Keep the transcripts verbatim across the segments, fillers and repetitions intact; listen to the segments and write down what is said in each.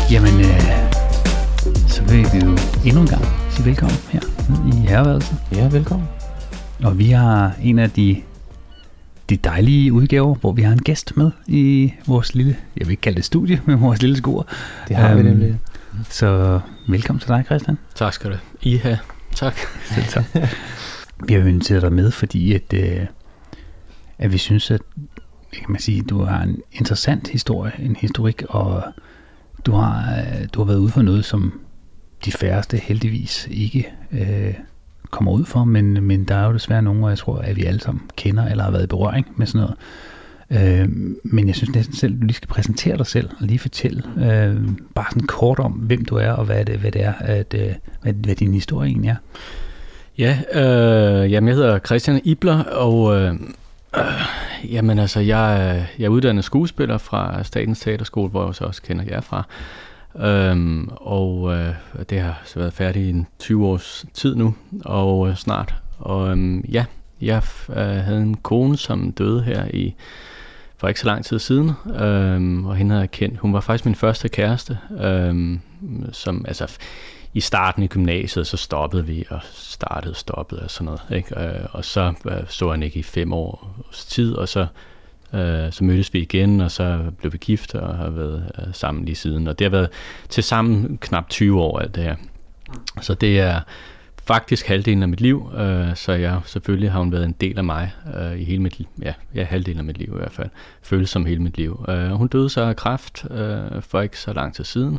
Jamen, øh, så vil vi jo endnu en gang sige velkommen her i herreværelset. Ja, velkommen. Og vi har en af de, de dejlige udgaver, hvor vi har en gæst med i vores lille, jeg vil ikke kalde det studie, men vores lille skur. Det har um, vi nemlig. Så velkommen til dig, Christian. Tak skal du I have. Tak. Selv tak. Vi har jo inviteret dig med, fordi at, øh, at vi synes, at kan man sige, du har en interessant historie, en historik, og du har, du har været ude for noget, som de færreste heldigvis ikke øh, kommer ud for, men, men der er jo desværre nogen, og jeg tror, at vi alle sammen kender eller har været i berøring med sådan noget. Øh, men jeg synes næsten selv, at du lige skal præsentere dig selv og lige fortælle øh, bare sådan kort om, hvem du er og hvad det, hvad det er, at, øh, hvad, hvad din historie egentlig er. Ja, øh, jamen jeg hedder Christian Ibler, og øh, øh, jamen altså, jeg, jeg er uddannet skuespiller fra Statens Teaterskole, hvor jeg så også kender jer fra. Øhm, og øh, det har så været færdigt i en tyve års tid nu, og øh, snart. Og øh, ja, jeg øh, havde en kone, som døde her i for ikke så lang tid siden, øh, og hende havde jeg kendt. Hun var faktisk min første kæreste, øh, som altså i starten i gymnasiet, så stoppede vi, og startede, stoppede og sådan noget, ikke? Øh, og så øh, så han ikke i fem års tid, og så øh, så mødtes vi igen, og så blev vi gift og har været øh, sammen lige siden. Og det har været til sammen knap tyve år alt det her. Så det er faktisk halvdelen af mit liv, øh, så jeg selvfølgelig har hun været en del af mig øh, i hele mit liv. Ja, ja, halvdelen af mit liv i hvert fald. Føles som hele mit liv. Øh, hun døde så af kræft øh, for ikke så lang tid siden.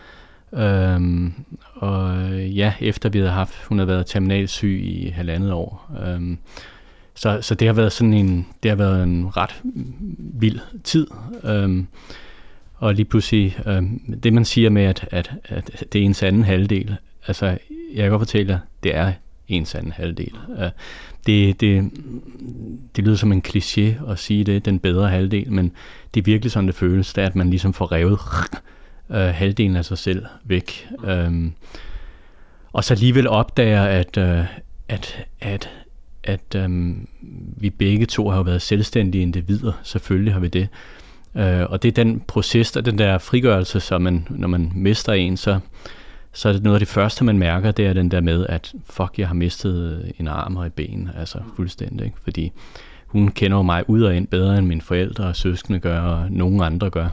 Øhm, og ja, efter vi havde haft, hun havde været terminalt syg i halvandet år. Øhm, så, så det har været sådan en, det har været en ret vild tid. Øhm, og lige pludselig, øhm, det man siger med, at, at, at det er ens anden halvdel, altså jeg kan godt fortælle jer, det er ens anden halvdel. Øh, det, det, det lyder som en kliché at sige det, den bedre halvdel, men det er virkelig sådan, det føles, det er, at man ligesom får revet Uh, halvdelen af sig selv væk. Um, og så alligevel opdager, at, uh, at, at, at um, vi begge to har været selvstændige individer. Selvfølgelig har vi det. Uh, og det er den proces, og den der frigørelse, så man, når man mister en, så, så er det noget af det første, man mærker, det er den der med, at fuck, jeg har mistet en arm og et ben. Altså fuldstændig. Ikke? Fordi hun kender jo mig ud og ind bedre, end mine forældre og søskende gør, og nogen andre gør.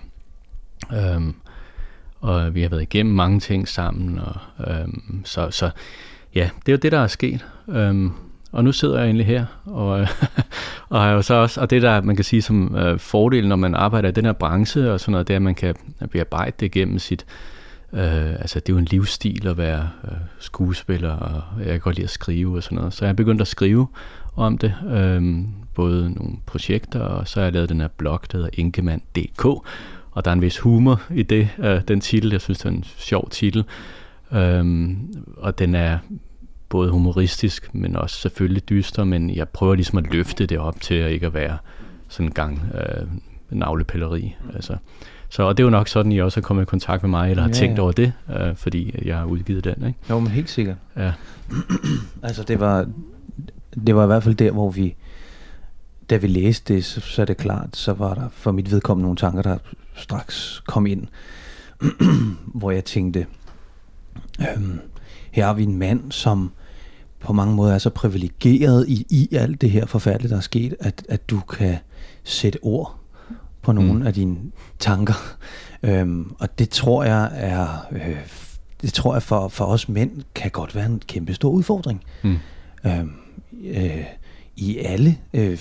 Um, Og vi har været igennem mange ting sammen, og øhm, så, så ja, det er jo det, der er sket. Øhm, og nu sidder jeg egentlig her, og, og har jo så også, og det der, man kan sige som øh, fordel, når man arbejder i den her branche og sådan noget, det er, at man kan bearbejde det igennem sit, øh, altså det er jo en livsstil at være øh, skuespiller, og jeg kan godt lide at skrive og sådan noget. Så jeg er begyndt at skrive om det, øh, både nogle projekter, og så har jeg lavet den her blog, der hedder Inkemand punktum d k, og der er en vis humor i det, øh, den titel. Jeg synes, det er en sjov titel. Øhm, og den er både humoristisk, men også selvfølgelig dyster, men jeg prøver ligesom at løfte det op til at ikke at være sådan en gang øh, navlepilleri. Altså. Så, og det er jo nok sådan, I også har kommet i kontakt med mig, eller har ja, tænkt over det, øh, fordi jeg har udgivet den. Ikke? Jo, men helt sikkert. Ja. Altså, det var, det var i hvert fald der, hvor vi, da vi læste det, så, så er det klart, så var der for mit vedkommende nogle tanker, der straks kom ind, hvor jeg tænkte, øhm, her har vi en mand, som på mange måder er så privilegeret i, i alt det her forfærdelige, der er sket, at, at du kan sætte ord på nogle mm. af dine tanker. Øhm, og det tror jeg er, øh, det tror jeg for, for os mænd kan godt være en kæmpe stor udfordring. Mm. Øhm, øh, I alle øh,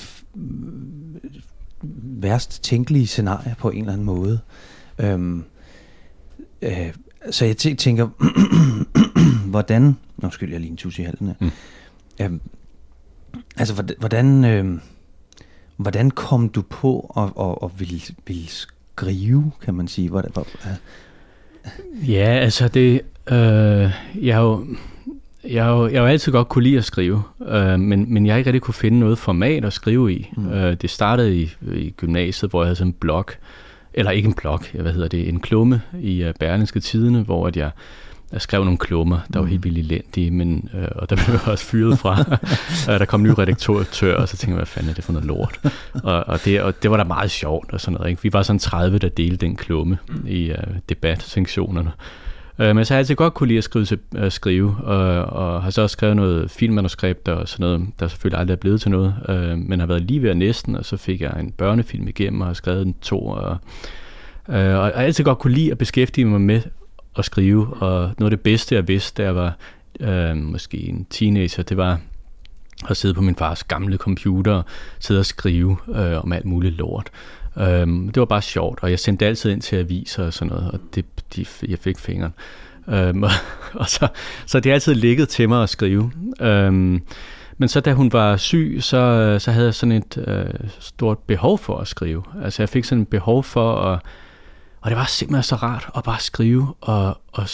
værst tænkelige scenarier på en eller anden måde. Øhm, øh, så jeg t- tænker, hvordan... Nå, skyld, jeg lige en tus i halsen her. Mm. Øhm, altså, hvordan, øh, hvordan kom du på at, at, at ville, ville skrive, kan man sige? Hvordan, hvor, ja. ja, altså det... Øh, jeg har jo... Jeg har jo jeg har altid godt kunne lide at skrive, øh, men, men jeg har ikke rigtig kunne finde noget format at skrive i. Mm. Øh, det startede i, i gymnasiet, hvor jeg havde sådan en blog, eller ikke en blog, hvad hedder det, en klumme i uh, Berlingske Tidende, hvor at jeg Jeg skrev nogle klummer, der var helt vildt elendige, men, øh, og der blev jeg også fyret fra. Og der kom en ny redaktør, og så tænkte jeg, hvad fanden er det for noget lort? Og, og, det, og det var da meget sjovt og sådan noget. Ikke? Vi var sådan tredive, der delte den klumme i øh, debatsektionerne. Øh, men så har jeg altid godt kunne lide at skrive, øh, skrive og, og har så også skrevet noget filmmanuskript og sådan noget, der selvfølgelig aldrig er blevet til noget, øh, men har været lige ved næsten, og så fik jeg en børnefilm igennem og har skrevet en to, og, øh, og jeg har altid godt kunne lide at beskæftige mig med at skrive, og noget af det bedste, jeg vidste, da jeg var øh, måske en teenager, det var at sidde på min fars gamle computer og sidde og skrive øh, om alt muligt lort. Um, det var bare sjovt, og jeg sendte altid ind til aviser og sådan noget, og det, de, jeg fik fingeren. Um, og, og så, så det har altid ligget til mig at skrive. Um, men så da hun var syg, så, så havde jeg sådan et uh, stort behov for at skrive. Altså jeg fik sådan et behov for at, og det var simpelthen så rart at bare skrive, og, og,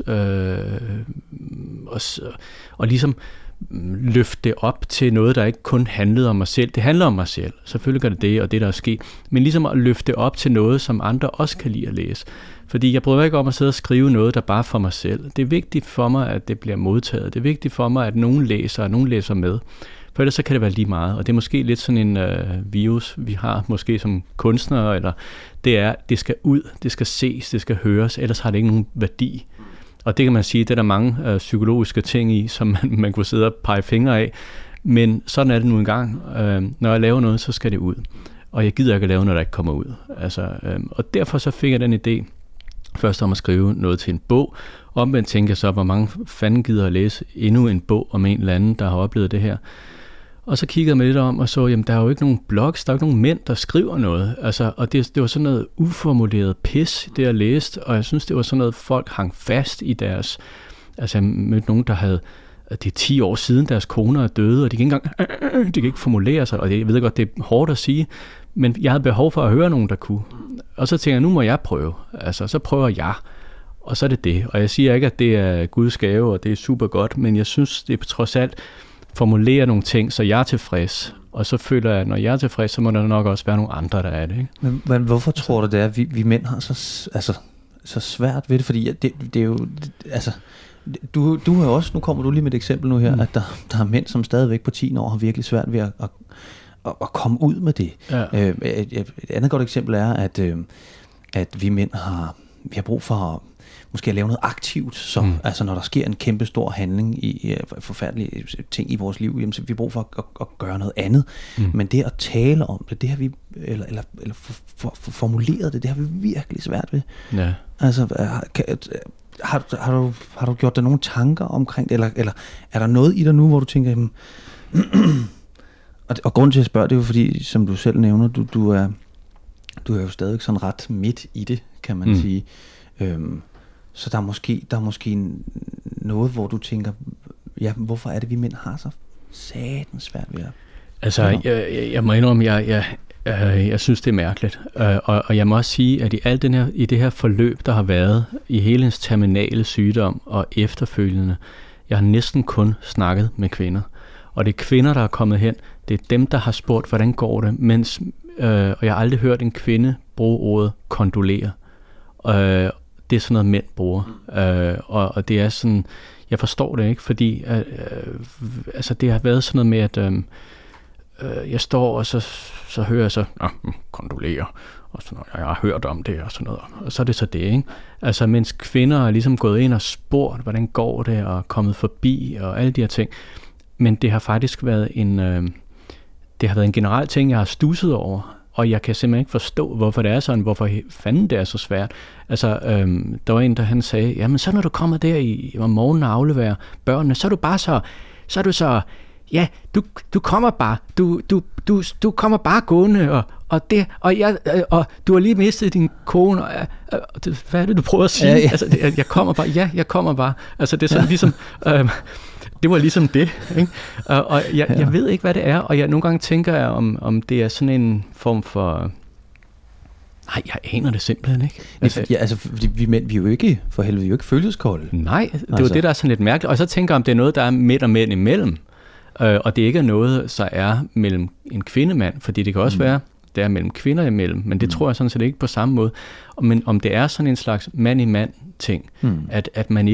øh, og, og ligesom løfte det op til noget, der ikke kun handlede om mig selv. Det handler om mig selv. Selvfølgelig gør det det, og det, der er sket. Men ligesom at løfte det op til noget, som andre også kan lide at læse. Fordi jeg bryder ikke om at sidde og skrive noget, der bare er for mig selv. Det er vigtigt for mig, at det bliver modtaget. Det er vigtigt for mig, at nogen læser, og nogen læser med. For ellers så kan det være lige meget. Og det er måske lidt sådan en øh, virus, vi har måske som kunstnere, eller det er, det skal ud, det skal ses, det skal høres, ellers har det ikke nogen værdi. Og det kan man sige, det er der mange øh, psykologiske ting i, som man, man kunne sidde og pege fingre af. Men sådan er det nu engang. Øh, når jeg laver noget, så skal det ud. Og jeg gider ikke at lave noget, der ikke kommer ud. Altså, øh, og derfor så fik jeg den idé, først om at skrive noget til en bog. Omvendt tænker jeg så, hvor mange fanden gider at læse endnu en bog om en eller anden, der har oplevet det her. Og så kiggede jeg mig lidt om og så, jamen der er jo ikke nogen blogs, der er jo ikke nogen mænd, der skriver noget. Altså, og det, det var sådan noget uformuleret pis, det jeg læste, og jeg synes, det var sådan noget, folk hang fast i deres... Altså, jeg mødte nogen, der havde... Det er ti år siden, deres koner er døde, og de kan ikke engang... De kan ikke formulere sig, og jeg ved godt, det er hårdt at sige, men jeg havde behov for at høre nogen, der kunne. Og så tænkte jeg, nu må jeg prøve. Altså, så prøver jeg. Og så er det det. Og jeg siger ikke, at det er Guds gave, og det er super godt, men jeg synes, det er trods alt formulere nogle ting, så jeg er tilfreds. Og så føler jeg, at når jeg er tilfreds, så må der nok også være nogle andre, der er det. Ikke? Men, men hvorfor tror du det er, at vi, vi mænd har så, altså, så svært ved det? Fordi det, det er jo... Det, altså, du, du har også... Nu kommer du lige med et eksempel nu her, mm. at der, der er mænd, som stadigvæk på ti år har virkelig svært ved at, at, at, at komme ud med det. Ja. Øh, et, et andet godt eksempel er, at, øh, at vi mænd har, vi har brug for... måske at lave noget aktivt, så, mm. altså når der sker en kæmpe stor handling i uh, forfærdelige ting i vores liv, jamen, så vi har brug for at, at, at gøre noget andet. Mm. Men det at tale om det, det har vi, eller, eller, eller for, for, for formuleret det, det har vi virkelig svært ved. Ja. Altså, kan, har, har, du, har du gjort dig nogle tanker omkring det, eller, eller er der noget i dig nu, hvor du tænker, jamen, og, og grunden til at spørge, det er jo fordi, som du selv nævner, du, du, er, du er jo stadig sådan ret midt i det, kan man mm. sige. Øhm, Så der er måske der er måske noget, hvor du tænker, ja, hvorfor er det, vi mænd har så satans svært ved at... Altså, jeg, jeg, jeg må indrømme, jeg, jeg, jeg, jeg synes, det er mærkeligt. Og, og jeg må også sige, at i, al den her, i det her forløb, der har været, i hele hendes terminale sygdom og efterfølgende, jeg har næsten kun snakket med kvinder. Og det er kvinder, der er kommet hen. Det er dem, der har spurgt, hvordan går det, mens, øh, og jeg har aldrig hørt en kvinde bruge ordet kondolere. Øh, Det er sådan noget, mænd bruger. Øh, og, og det er sådan, jeg forstår det ikke, fordi øh, øh, altså det har været sådan noget med, at øh, øh, jeg står, og så, så hører jeg så, ah, kondolerer, og sådan noget, jeg har hørt om det, og sådan noget. Og så er det så det, ikke? Altså, mens kvinder er ligesom gået ind og spurgt, hvordan går det, og kommet forbi, og alle de her ting. Men det har faktisk været en, øh, det har været en generel ting, jeg har stusset over. Og jeg kan simpelthen ikke forstå, hvorfor det er sådan, hvorfor fanden det er så svært. Altså, øhm, der var en, der han sagde, jamen så når du kommer der i, om morgenen og afleverer børnene, så er du bare så, så er du så, ja, du, du kommer bare, du, du, du, du kommer bare gående, og, og, det, og, jeg, og du har lige mistet din kone, og, og, hvad er det, du prøver at sige? Ja, ja. Altså, det, jeg kommer bare, ja, jeg kommer bare. Altså, det er sådan ja. ligesom... Øhm, Det var ligesom det, ikke? Og, og jeg, ja. jeg ved ikke, hvad det er, og jeg nogle gange tænker jeg, om, om det er sådan en form for... Nej, jeg aner det simpelthen ikke. Altså, ja, altså fordi vi mænd, vi er jo ikke, for helvede, vi er jo ikke følelseskolde. Nej, det altså. var det, der er sådan lidt mærkeligt. Og så tænker jeg, om det er noget, der er midt og mænd imellem, øh, og det ikke er noget, så er mellem en kvindemand, fordi det kan også mm. være, det er mellem kvinder imellem, men det mm. tror jeg sådan set ikke på samme måde. Men om det er sådan en slags mand-i-mand-ting, mm. at, at man ikke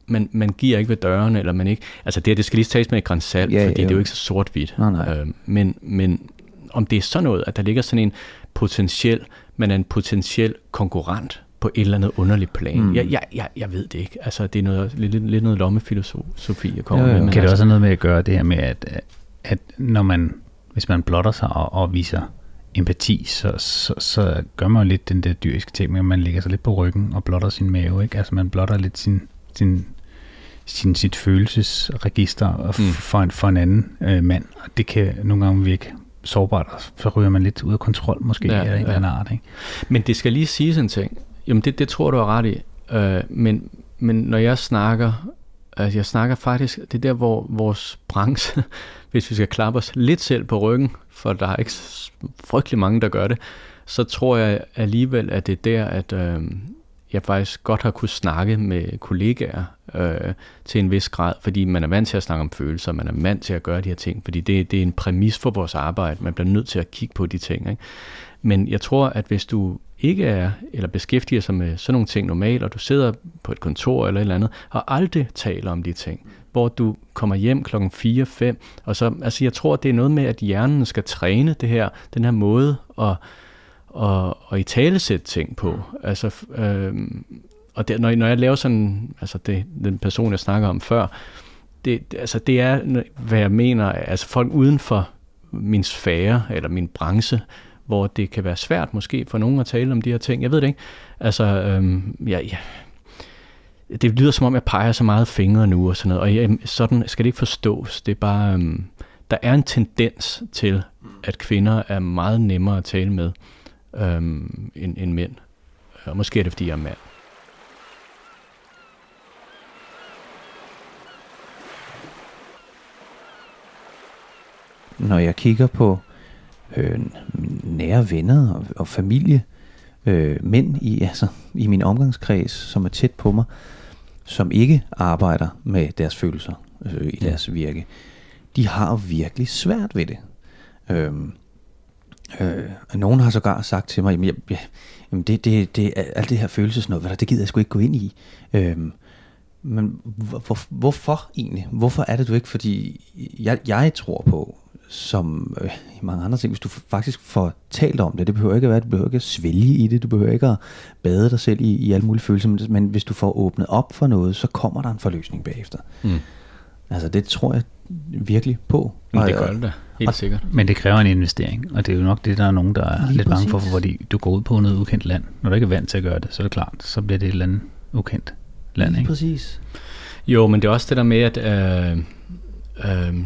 man, man giver ikke ved dørene, eller man ikke, altså det, det skal lige tages med et gran salt, ja, fordi jo. det er jo ikke så sort-hvidt. Nej, nej. Øh, men, men om det er sådan noget, at der ligger sådan en potentiel, man er en potentiel konkurrent på et eller andet underligt plan. Mm. Jeg, jeg, jeg, jeg ved det ikke. Altså, det er noget, lidt, lidt noget lommefilosofi, jeg kommer jo, jo. med. Men kan det altså, også have noget med at gøre det her med, at, at når man, hvis man blotter sig og, og viser empati, så, så, så gør man jo lidt den der dyriske ting med, at man ligger sig lidt på ryggen og blotter sin mave, ikke? Altså man blotter lidt sin, sin, sin, sit følelsesregister mm. for, en, for en anden øh, mand, og det kan nogle gange virke sårbart, og så ryger man lidt ud af kontrol, måske, ja, af en ja. eller anden art, ikke? Men det skal lige sige sådan en ting. Jamen, det, det tror du er ret i. Øh, men, men når jeg snakker, altså jeg snakker faktisk, det er der, hvor vores branche, hvis vi skal klappe os lidt selv på ryggen, for der er ikke frygtelig mange, der gør det, så tror jeg alligevel, at det er der, at øh, jeg faktisk godt har kunne snakke med kollegaer øh, til en vis grad, fordi man er vant til at snakke om følelser, man er vant til at gøre de her ting, fordi det, det er en præmis for vores arbejde, man bliver nødt til at kigge på de ting, ikke? Men jeg tror, at hvis du ikke er, eller beskæftiger sig med sådan nogle ting normalt, og du sidder på et kontor eller et eller andet, og aldrig taler om de ting, hvor du kommer hjem klokken fire fem, og så, altså jeg tror, det er noget med, at hjernen skal træne det her, den her måde at, at, at italesætte ting på. Altså, øhm, og det, når, når jeg laver sådan, altså det, den person, jeg snakker om før, det, det, altså det er, hvad jeg mener, altså folk uden for min sfære, eller min branche, hvor det kan være svært måske for nogen at tale om de her ting. Jeg ved det ikke. Altså, øhm, ja, ja. Det lyder som om, jeg peger så meget fingre nu og sådan noget, og jeg, sådan skal det ikke forstås. Det er bare, øhm, der er en tendens til, at kvinder er meget nemmere at tale med øhm, end, end mænd. Og måske er det, fordi jeg er mand. Når jeg kigger på øh, nære venner og, og familie, øh, mænd i, altså, i min omgangskreds, som er tæt på mig, som ikke arbejder med deres følelser øh, i deres virke, de har virkelig svært ved det. Øh, øh, nogen har sågar sagt til mig, jamen, jeg, jeg, jamen det, det, det, alt det her følelsesnød, det gider jeg sgu ikke gå ind i. Øh, men hvor, hvorfor egentlig? Hvorfor er det du ikke? Fordi jeg, jeg tror på, som øh, i mange andre ting, hvis du faktisk får talt om det, det behøver ikke at være, du behøver ikke at svælge i det, du behøver ikke at bade dig selv i, i alle mulige følelser, men, men hvis du får åbnet op for noget, så kommer der en forløsning bagefter. Mm. Altså det tror jeg virkelig på. Men det gør det da, helt og, sikkert. Men det kræver en investering, og det er jo nok det, der er nogen, der er Lige lidt præcis. bange for, fordi du går ud på noget ukendt land. Når du ikke er vant til at gøre det, så er det klart, så bliver det et eller andet ukendt land, Lige ikke? præcis. Jo, men det er også det der med, at øh, øh,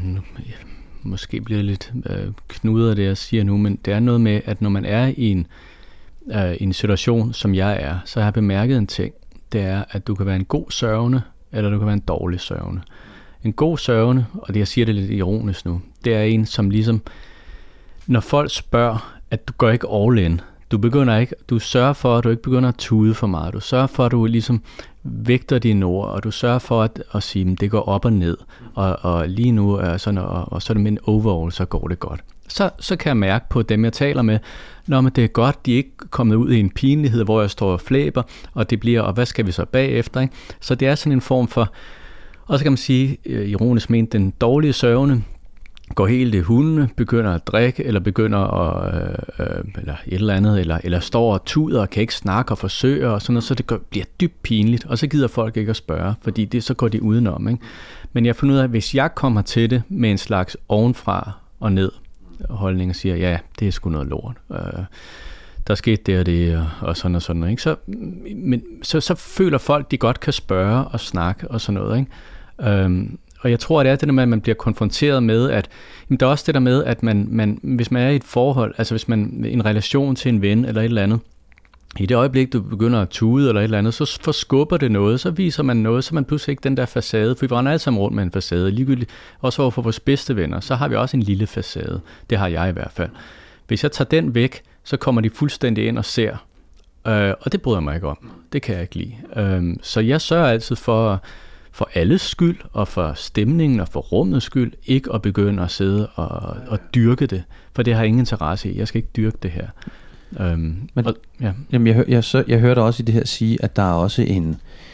måske bliver det lidt øh, knudet af det, jeg siger nu, men det er noget med, at når man er i en, øh, i en situation, som jeg er, så har jeg bemærket en ting. Det er, at du kan være en god sørgende, eller du kan være en dårlig sørgende. En god sørgende, og det jeg siger det lidt ironisk nu, det er en, som ligesom, når folk spørger, at du går ikke all in, du begynder ikke, du sørger for, at du ikke begynder at tude for meget, du sørger for, at du ligesom vægter dine ord, og du sørger for at, at sige, at det går op og ned, og, og lige nu er sådan, og, og så er det med en overall, så går det godt. Så, så kan jeg mærke på dem, jeg taler med, når det er godt, de er ikke kommet ud i en pinlighed, hvor jeg står og flæber, og det bliver, og hvad skal vi så bagefter, ikke? Så det er sådan en form for, og så kan man sige, ironisk ment, den dårlige sørgende, går helt i hundene, begynder at drikke, eller begynder at, øh, øh, eller et eller andet, eller, eller står og tuder og kan ikke snakke og forsøger, og sådan noget, så det gør, bliver dybt pinligt, og så gider folk ikke at spørge, fordi det, så går de udenom, ikke? Men jeg finder ud af, at hvis jeg kommer til det med en slags ovenfra og ned holdning og siger, ja, det er sgu noget lort, øh, der skete det og det, og, og sådan og sådan, ikke? Så, men, så, så føler folk, de godt kan spørge og snakke og sådan noget, ikke? Øhm, Og jeg tror, at det er det der med, at man bliver konfronteret med, at jamen, der er også det der med, at man, man, hvis man er i et forhold, altså hvis man i en relation til en ven eller et eller andet, i det øjeblik, du begynder at tude eller et eller andet, så forskubber det noget, så viser man noget, så man pludselig ikke den der facade, for vi render alle sammen rundt med en facade, ligegyldigt, også overfor vores bedste venner, så har vi også en lille facade, det har jeg i hvert fald. Hvis jeg tager den væk, så kommer de fuldstændig ind og ser, øh, og det bryder jeg mig ikke om, det kan jeg ikke lide. Øh, så jeg sørger altid for, for alles skyld, og for stemningen og for rummets skyld, ikke at begynde at sidde og, og dyrke det, for det har jeg ingen interesse i, jeg skal ikke dyrke det her. Øhm, Men, og, ja. Jamen jeg, jeg, jeg, så, jeg hørte også i det her sige, at der er også en,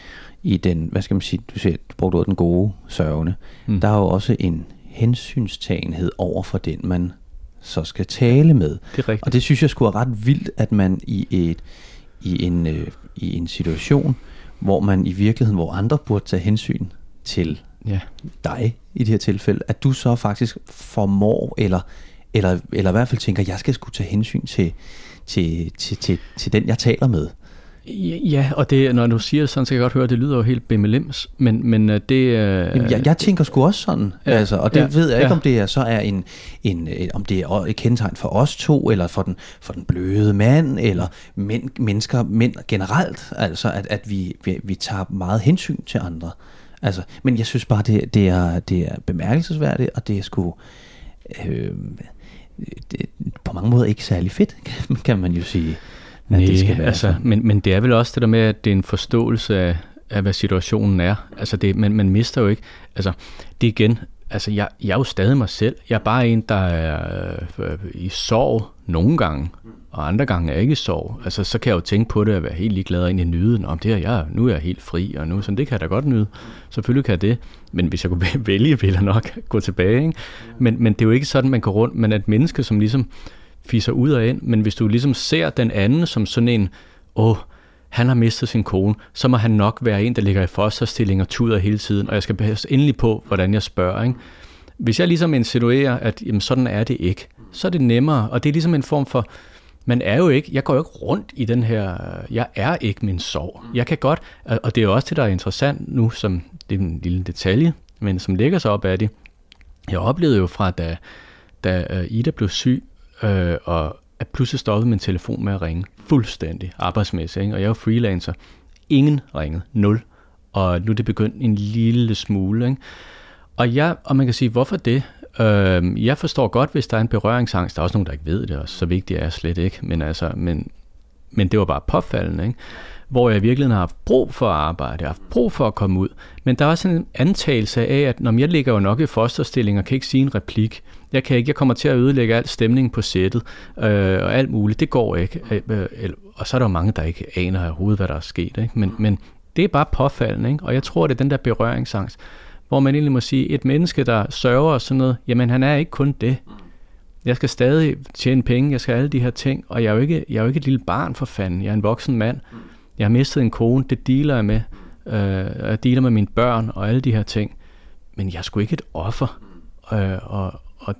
i den, hvad skal man sige, du siger, du brugte ordet den gode sørgende, mm. der er jo også en hensynstagenhed over for den, man så skal tale med. Det er rigtigt. Og det synes jeg skulle er ret vildt, at man i, et, i, en, øh, i en situation, hvor man i virkeligheden, hvor andre burde tage hensyn til ja. dig i det her tilfælde, at du så faktisk formår, eller, eller, eller i hvert fald tænker, jeg skal sgu tage hensyn til, til, til, til, til den, jeg taler med. Ja, og det, når du siger det sådan, så kan jeg godt høre, at det lyder jo helt bimelims, men, men det... Øh, Jamen, jeg, jeg tænker sgu også sådan, ja, altså, og det ja, ved jeg ikke, ja. om det er, så er en, en, om det er et kendetegn for os to, eller for den, for den bløde mand, eller men, mennesker, mænd generelt, altså at, at vi, vi, vi tager meget hensyn til andre. Altså, men jeg synes bare, det, det, er, det er bemærkelsesværdigt, og det er sgu øh, det, på mange måder ikke særlig fedt, kan man jo sige. Nej, det skal være altså, men, men det er vel også det der med, at det er en forståelse af, af hvad situationen er. Altså, det, man, man mister jo ikke. Altså, det igen, altså, jeg, jeg er jo stadig mig selv. Jeg er bare en, der er øh, i sorg nogle gange, og andre gange er jeg ikke i sorg. Altså, så kan jeg jo tænke på det og være helt ligeglad og egentlig nyde. Om det her, jeg, nu er jeg helt fri, og nu, sådan, det kan jeg da godt nyde. Selvfølgelig kan jeg det. Men hvis jeg kunne vælge, ville jeg nok gå tilbage. Ikke? Men, men det er jo ikke sådan, man går rundt, men et menneske, som ligesom fiser ud og ind, men hvis du ligesom ser den anden som sådan en, åh, han har mistet sin kone, så må han nok være en, der ligger i fosterstilling og tuder hele tiden, og jeg skal passe endelig på, hvordan jeg spørger. Ikke? Hvis jeg ligesom insinuerer, at jamen, sådan er det ikke, så er det nemmere, og det er ligesom en form for, man er jo ikke, jeg går jo ikke rundt i den her, jeg er ikke min sorg. Jeg kan godt, og det er jo også det, der er interessant nu, som det er en lille detalje, men som lægger sig op af det. Jeg oplevede jo fra, da, da Ida blev syg, Øh, og at pludselig stoppede min telefon med at ringe fuldstændig arbejdsmæssigt, ikke? Og jeg er jo freelancer. Ingen ringede. Nul. Og nu er det begyndt en lille smule. Ikke? Og, jeg, og man kan sige, hvorfor det? Øh, jeg forstår godt, hvis der er en berøringsangst. Der er også nogen, der ikke ved det, og så vigtigt er jeg slet ikke. Men, altså, men, men det var bare påfaldende, ikke? Hvor jeg virkelig har haft brug for at arbejde, jeg har haft brug for at komme ud. Men der er også en antagelse af, at når jeg ligger jo nok i fosterstilling og kan ikke sige en replik, jeg kan ikke, jeg kommer til at ødelægge al stemningen på sættet øh, og alt muligt, det går ikke. Øh, øh, og så er der jo mange, der ikke aner overhovedet, hvad der er sket. Ikke? Men, men det er bare påfaldende, ikke? Og jeg tror, det er den der berøringsangst, hvor man egentlig må sige, et menneske, der sørger og sådan noget, jamen han er ikke kun det. Jeg skal stadig tjene penge, jeg skal alle de her ting, og jeg er jo ikke, jeg er jo ikke et lille barn for fanden, jeg er en voksen mand. Jeg har mistet en kone, det dealer jeg med. Øh, jeg dealer med mine børn og alle de her ting. Men jeg er sgu ikke et offer. Øh, og, og,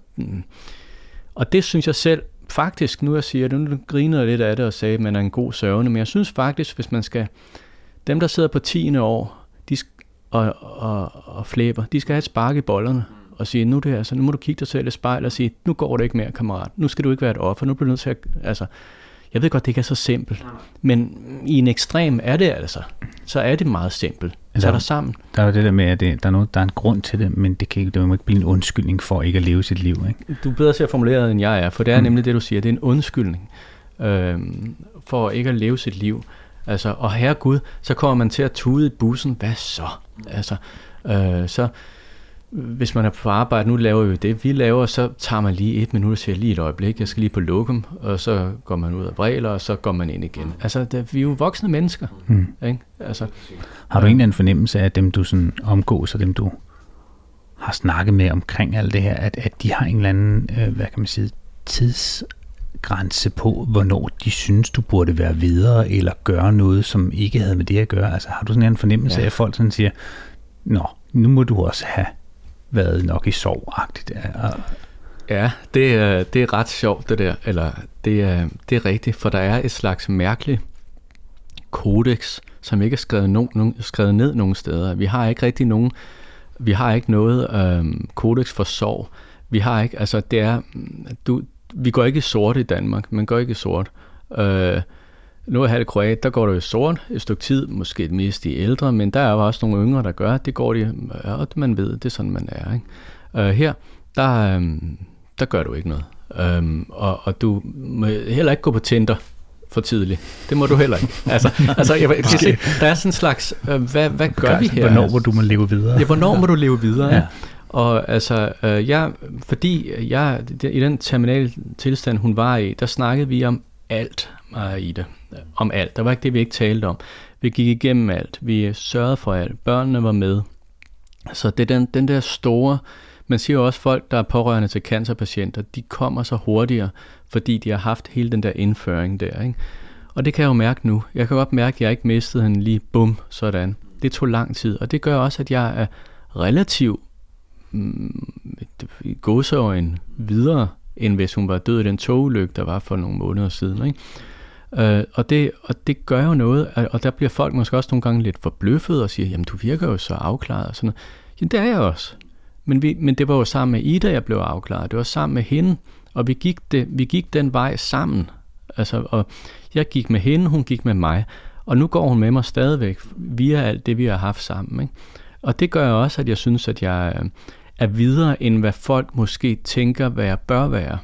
og det synes jeg selv, faktisk, nu jeg siger det, nu griner jeg lidt af det og sagde, at man er en god sørgende, men jeg synes faktisk, hvis man skal, dem der sidder på tiende år, de og, og, og flæber, de skal have et spark i bollerne og sige, nu, det er, altså, nu må du kigge dig selv i spejl og sige, nu går det ikke mere, kammerat. Nu skal du ikke være et offer, nu bliver du nødt til at, altså, jeg ved godt, det ikke er så simpelt, men i en ekstrem er det altså, så er det meget simpelt. Så er der sammen. Der er jo det der med, at det, der, er noget, der er en grund til det, men det kan ikke, det må ikke blive en undskyldning for ikke at leve sit liv. Ikke? Du er bedre til at formulere det, end jeg er, for det er mm. nemlig det, du siger. Det er en undskyldning øh, for ikke at leve sit liv. Altså, og herregud, så kommer man til at tude i bussen. Hvad så? Altså, øh, så hvis man er på arbejde, nu laver vi det, vi laver, så tager man lige et minut og siger lige et øjeblik, jeg skal lige på lokum, og så går man ud af vræler, og så går man ind igen. Altså, det, vi er jo voksne mennesker. Mm. Ikke? Altså, har du øh, egentlig en fornemmelse af dem, du sådan omgås, og dem, du har snakket med omkring alt det her, at, at de har en eller anden, øh, hvad kan man sige, tidsgrænse på, hvornår de synes, du burde være videre, eller gøre noget, som ikke havde med det at gøre? Altså, har du sådan en fornemmelse ja. af, at folk sådan siger, nå, nu må du også have været nok i sorgagtigt. Ja, det er, det er ret sjovt det der, eller det er, det er rigtigt, for der er et slags mærkeligt kodex, som ikke er skrevet, no, no, skrevet ned nogen steder. Vi har ikke rigtig nogen, vi har ikke noget øhm, kodex for sorg. Vi har ikke, altså det er, du, vi går ikke i sort i Danmark, man går ikke i sort. Øh, Nu er det Kroat, der går det jo sort et stykke tid, måske mest de ældre, men der er jo også nogle yngre, der gør det. går de, og man ved, det er sådan, man er. Ikke? Uh, her, der, um, der gør du ikke noget. Um, og, og du må heller ikke gå på Tinder for tidligt. Det må du heller ikke. Altså, altså jeg, jeg sige, der er sådan en slags, uh, hvad, hvad gør vi her? Hvornår må du må leve videre? Ja, hvornår må du leve videre? Ja. Og altså, uh, jeg, fordi jeg, i den terminale tilstand, hun var i, der snakkede vi om alt, mig og Ida. Om alt. Der var ikke det, vi ikke talte om. Vi gik igennem alt. Vi sørgede for alt. Børnene var med. Så det er den, den der store... Man siger jo også, folk, der er pårørende til cancerpatienter, de kommer så hurtigere, fordi de har haft hele den der indføring der, ikke? Og det kan jeg jo mærke nu. Jeg kan godt mærke, at jeg ikke mistede hende lige bum, sådan. Det tog lang tid, og det gør også, at jeg er relativt mm, i gåseøjne videre, end hvis hun var død i den togulykke, der var for nogle måneder siden, ikke? Uh, og, det, og det gør jo noget, og der bliver folk måske også nogle gange lidt forbløffet og siger, jamen du virker jo så afklaret og sådan noget. Jamen det er jeg også. Men, vi, men det var jo sammen med Ida, jeg blev afklaret. Det var sammen med hende, og vi gik, det, vi gik den vej sammen. Altså, og jeg gik med hende, hun gik med mig. Og nu går hun med mig stadigvæk via alt det, vi har haft sammen, ikke? Og det gør også, at jeg synes, at jeg er videre, end hvad folk måske tænker, hvad jeg bør være.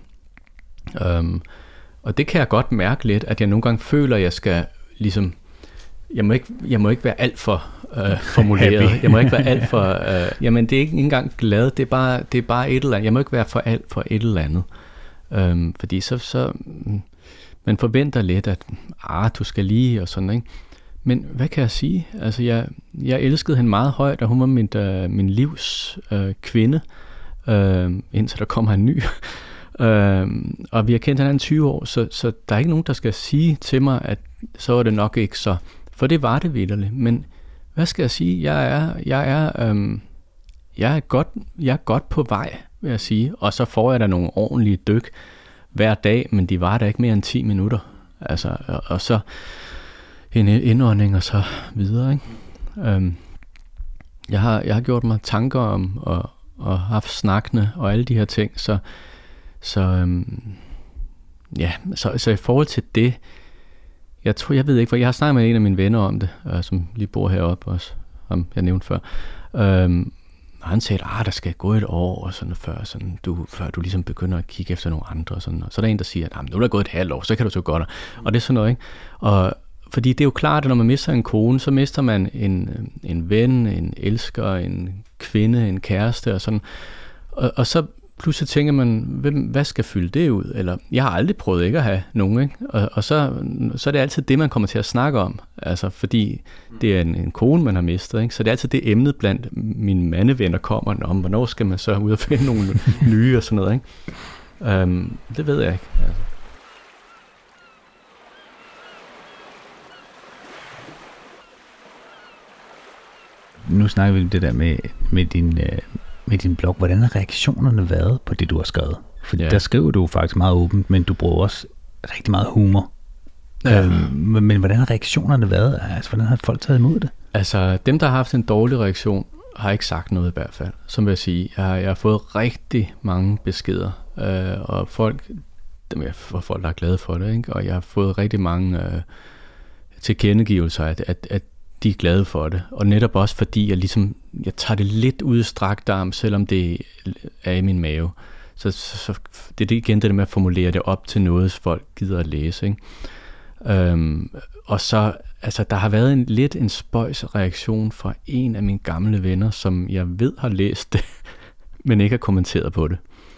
Um, og det kan jeg godt mærke lidt, at jeg nogle gange føler, at jeg skal ligesom... Jeg må ikke, jeg må ikke være alt for øh, formuleret. Jeg må ikke være alt for... Øh, jamen, det er ikke engang glad. Det er, bare, det er bare et eller andet. Jeg må ikke være for alt for et eller andet. Øhm, fordi så, så... Man forventer lidt, at ah, du skal lige og sådan, ikke? Men hvad kan jeg sige? Altså, jeg, jeg elskede hende meget højt, og hun var min, øh, min livs øh, kvinde, øh, indtil der kommer en ny. øh, og vi har kendt hinanden tyve år, så, så der er ikke nogen, der skal sige til mig, at så er det nok ikke så... For det var det vitterligt. Men hvad skal jeg sige? Jeg er, jeg er, øhm, jeg er, godt, jeg er godt på vej, vil jeg sige. Og så får jeg da nogle ordentlige dyk hver dag, men de var der ikke mere end ti minutter. Altså, og, og så en indånding og så videre, ikke? Øhm, jeg, har, jeg har gjort mig tanker om og, og haft snakkene og alle de her ting. Så, så, øhm, ja, så, så i forhold til det, Jeg tror, jeg ved ikke, for jeg har snakket med en af mine venner om det, øh, som lige bor heroppe også, som jeg nævnte før. Øhm, og han sagde, at der skal gå et år, og sådan, før, sådan, du, før du ligesom begynder at kigge efter nogle andre. Og sådan. Og så er der en, der siger, at nu er der gået et halvt år, så kan du så godt. Og det er sådan noget, ikke? Og, fordi det er jo klart, at når man mister en kone, så mister man en, en ven, en elsker, en kvinde, en kæreste og sådan. Og, og så pludselig tænker man, hvem, hvad skal fylde det ud? Eller, jeg har aldrig prøvet ikke at have nogen, ikke? Og, og så, så er det altid det, man kommer til at snakke om. Altså, fordi det er en, en kone, man har mistet, ikke? Så det er altid det emnet blandt mine mandevenner kommer om, hvornår skal man så ud og finde nogle nye og sådan noget, ikke? Um, det ved jeg ikke. Altså. Nu snakker vi om det der med, med din... Øh med din blog, hvordan har reaktionerne været på det, du har skrevet? For ja. Der skriver du faktisk meget åbent, men du bruger også rigtig meget humor. Ja. Øhm, men hvordan har reaktionerne været? Altså, hvordan har folk taget imod det? Altså, dem, der har haft en dårlig reaktion, har ikke sagt noget i hvert fald. Som vil jeg sige, jeg har, jeg har fået rigtig mange beskeder, øh, og folk, dem er for folk, der er glade for det, ikke? Og jeg har fået rigtig mange øh, tilkendegivelser, at, at, at de er glade for det, og netop også fordi jeg ligesom, jeg tager det lidt ud i strakt arm, selvom det er i min mave. Så, så, så det er det igen det der med at formulere det op til noget, folk gider at læse, ikke? Øhm, og så, altså der har været en lidt en spøjs reaktion fra en af mine gamle venner, som jeg ved har læst det, men ikke har kommenteret på det.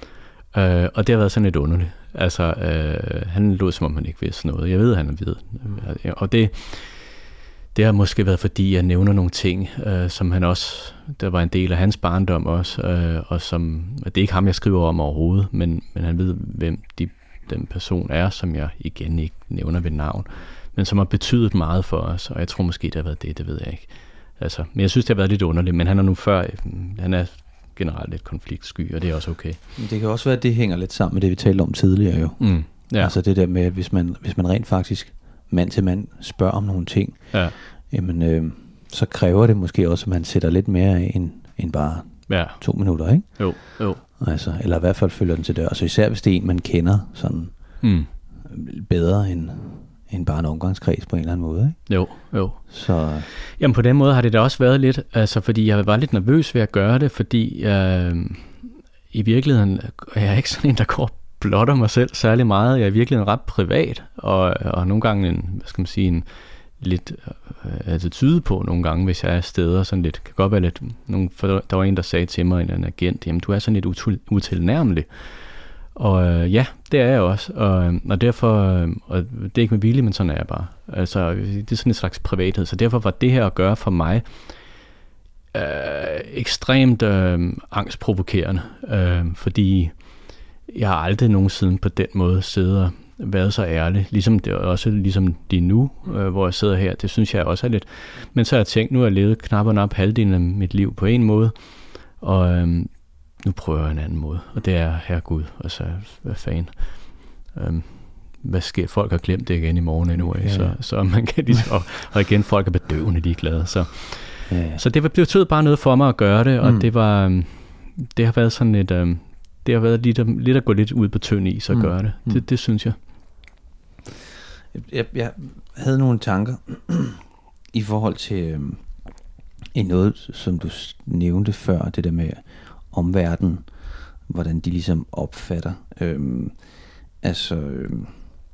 Øh, og det har været sådan lidt underligt. Altså, øh, han lød som om han ikke vidste noget. Jeg ved, han ved. Og det Det har måske været, fordi jeg nævner nogle ting, øh, som han også, der var en del af hans barndom også, øh, og som, det er ikke ham, jeg skriver om overhovedet, men, men han ved, hvem de, den person er, som jeg igen ikke nævner ved navn, men som har betydet meget for os, og jeg tror måske, det har været det, det ved jeg ikke. Altså, men jeg synes, det har været lidt underligt, men han er nu før, han er generelt lidt konfliktsky, og det er også okay. Det kan også være, at det hænger lidt sammen med det, vi talte om tidligere jo. Mm, ja. Altså det der med, hvis man, hvis man rent faktisk mand til mand spørger om nogle ting, ja. jamen øh, så kræver det måske også, at man sætter lidt mere af end, end bare ja. to minutter, ikke? Jo, jo. Altså, eller i hvert fald følger den til dør. Altså især hvis det er en, man kender sådan mm. bedre end, end bare en omgangskreds på en eller anden måde, ikke? Jo, jo. Så... Jamen på den måde har det da også været lidt, altså fordi jeg var lidt nervøs ved at gøre det, fordi jeg, i virkeligheden er jeg ikke sådan en, der går blotter mig selv særlig meget. Jeg er virkelig ret privat, og, og nogle gange en, hvad skal man sige, en lidt øh, attitude på nogle gange, hvis jeg er steder sådan lidt, kan godt være lidt, nogle, for der var en, der sagde til mig, en agent, jamen du er sådan lidt util, utilnærmelig, Og øh, ja, det er jeg også, og, og derfor, øh, og det er ikke med vilje, men sådan er jeg bare. Altså, det er sådan en slags privathed, så derfor var det her at gøre for mig øh, ekstremt øh, angstprovokerende, øh, fordi jeg har aldrig nogensinde på den måde siddet og været så ærlig, ligesom det også ligesom det nu, øh, hvor jeg sidder her, det synes jeg også er lidt. Men så har jeg tænkt, nu har jeg levet knap og nap halvdelen af mit liv på en måde, og øh, nu prøver jeg en anden måde, og det er, herregud, altså, hvad fanden. Øh, hvad sker? Folk har glemt det igen i morgen endnu, ja, ja. Så, så man kan lige, og, og igen, folk er bedøvende, de er glade, så, ja, ja. Så det betød bare noget for mig at gøre det, og mm. det var, det har været sådan et, øh, det har været lidt, lidt at gå lidt ud på tynd is og mm. gøre det. det, mm. det synes jeg. Jeg, jeg havde nogle tanker i forhold til øhm, i noget, som du nævnte før, det der med omverdenen, hvordan de ligesom opfatter. Øhm, altså, øhm,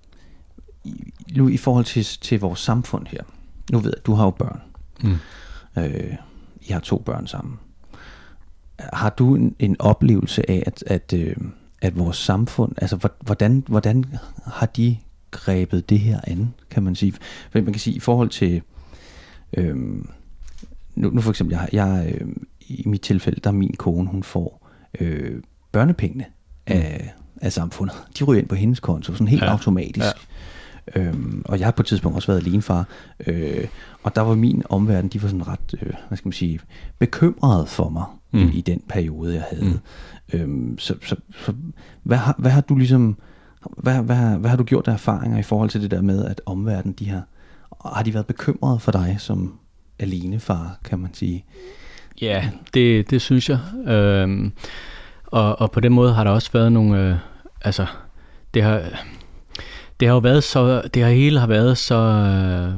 i, nu i forhold til, til vores samfund her. Nu ved jeg, du har jo børn. Mm. Øh, I har to børn sammen. Har du en, en oplevelse af, at, at, øh, at vores samfund, altså hvordan, hvordan har de grebet det her an, kan man sige? For man kan sige, i forhold til, øhm, nu, nu for eksempel, jeg, jeg øh, i mit tilfælde, der er min kone, hun får øh, børnepengene mm. af, af samfundet. De ryger ind på hendes konto, sådan helt ja. automatisk. Ja. Øhm, og jeg har på et tidspunkt også været alenefar, øh, og der var min omverden, de var sådan ret, øh, hvad skal man sige, bekymrede for mig mm. i, i den periode, jeg havde. Mm. Øhm, så så, så hvad, har, hvad har du ligesom, hvad, hvad, hvad har du gjort af erfaringer i forhold til det der med, at omverdenen, de har, har de været bekymrede for dig som alenefar, kan man sige? Ja, det, det synes jeg. Øhm, og, og på den måde har der også været nogle, øh, altså, det har... Det har jo været så, det her hele har været så øh,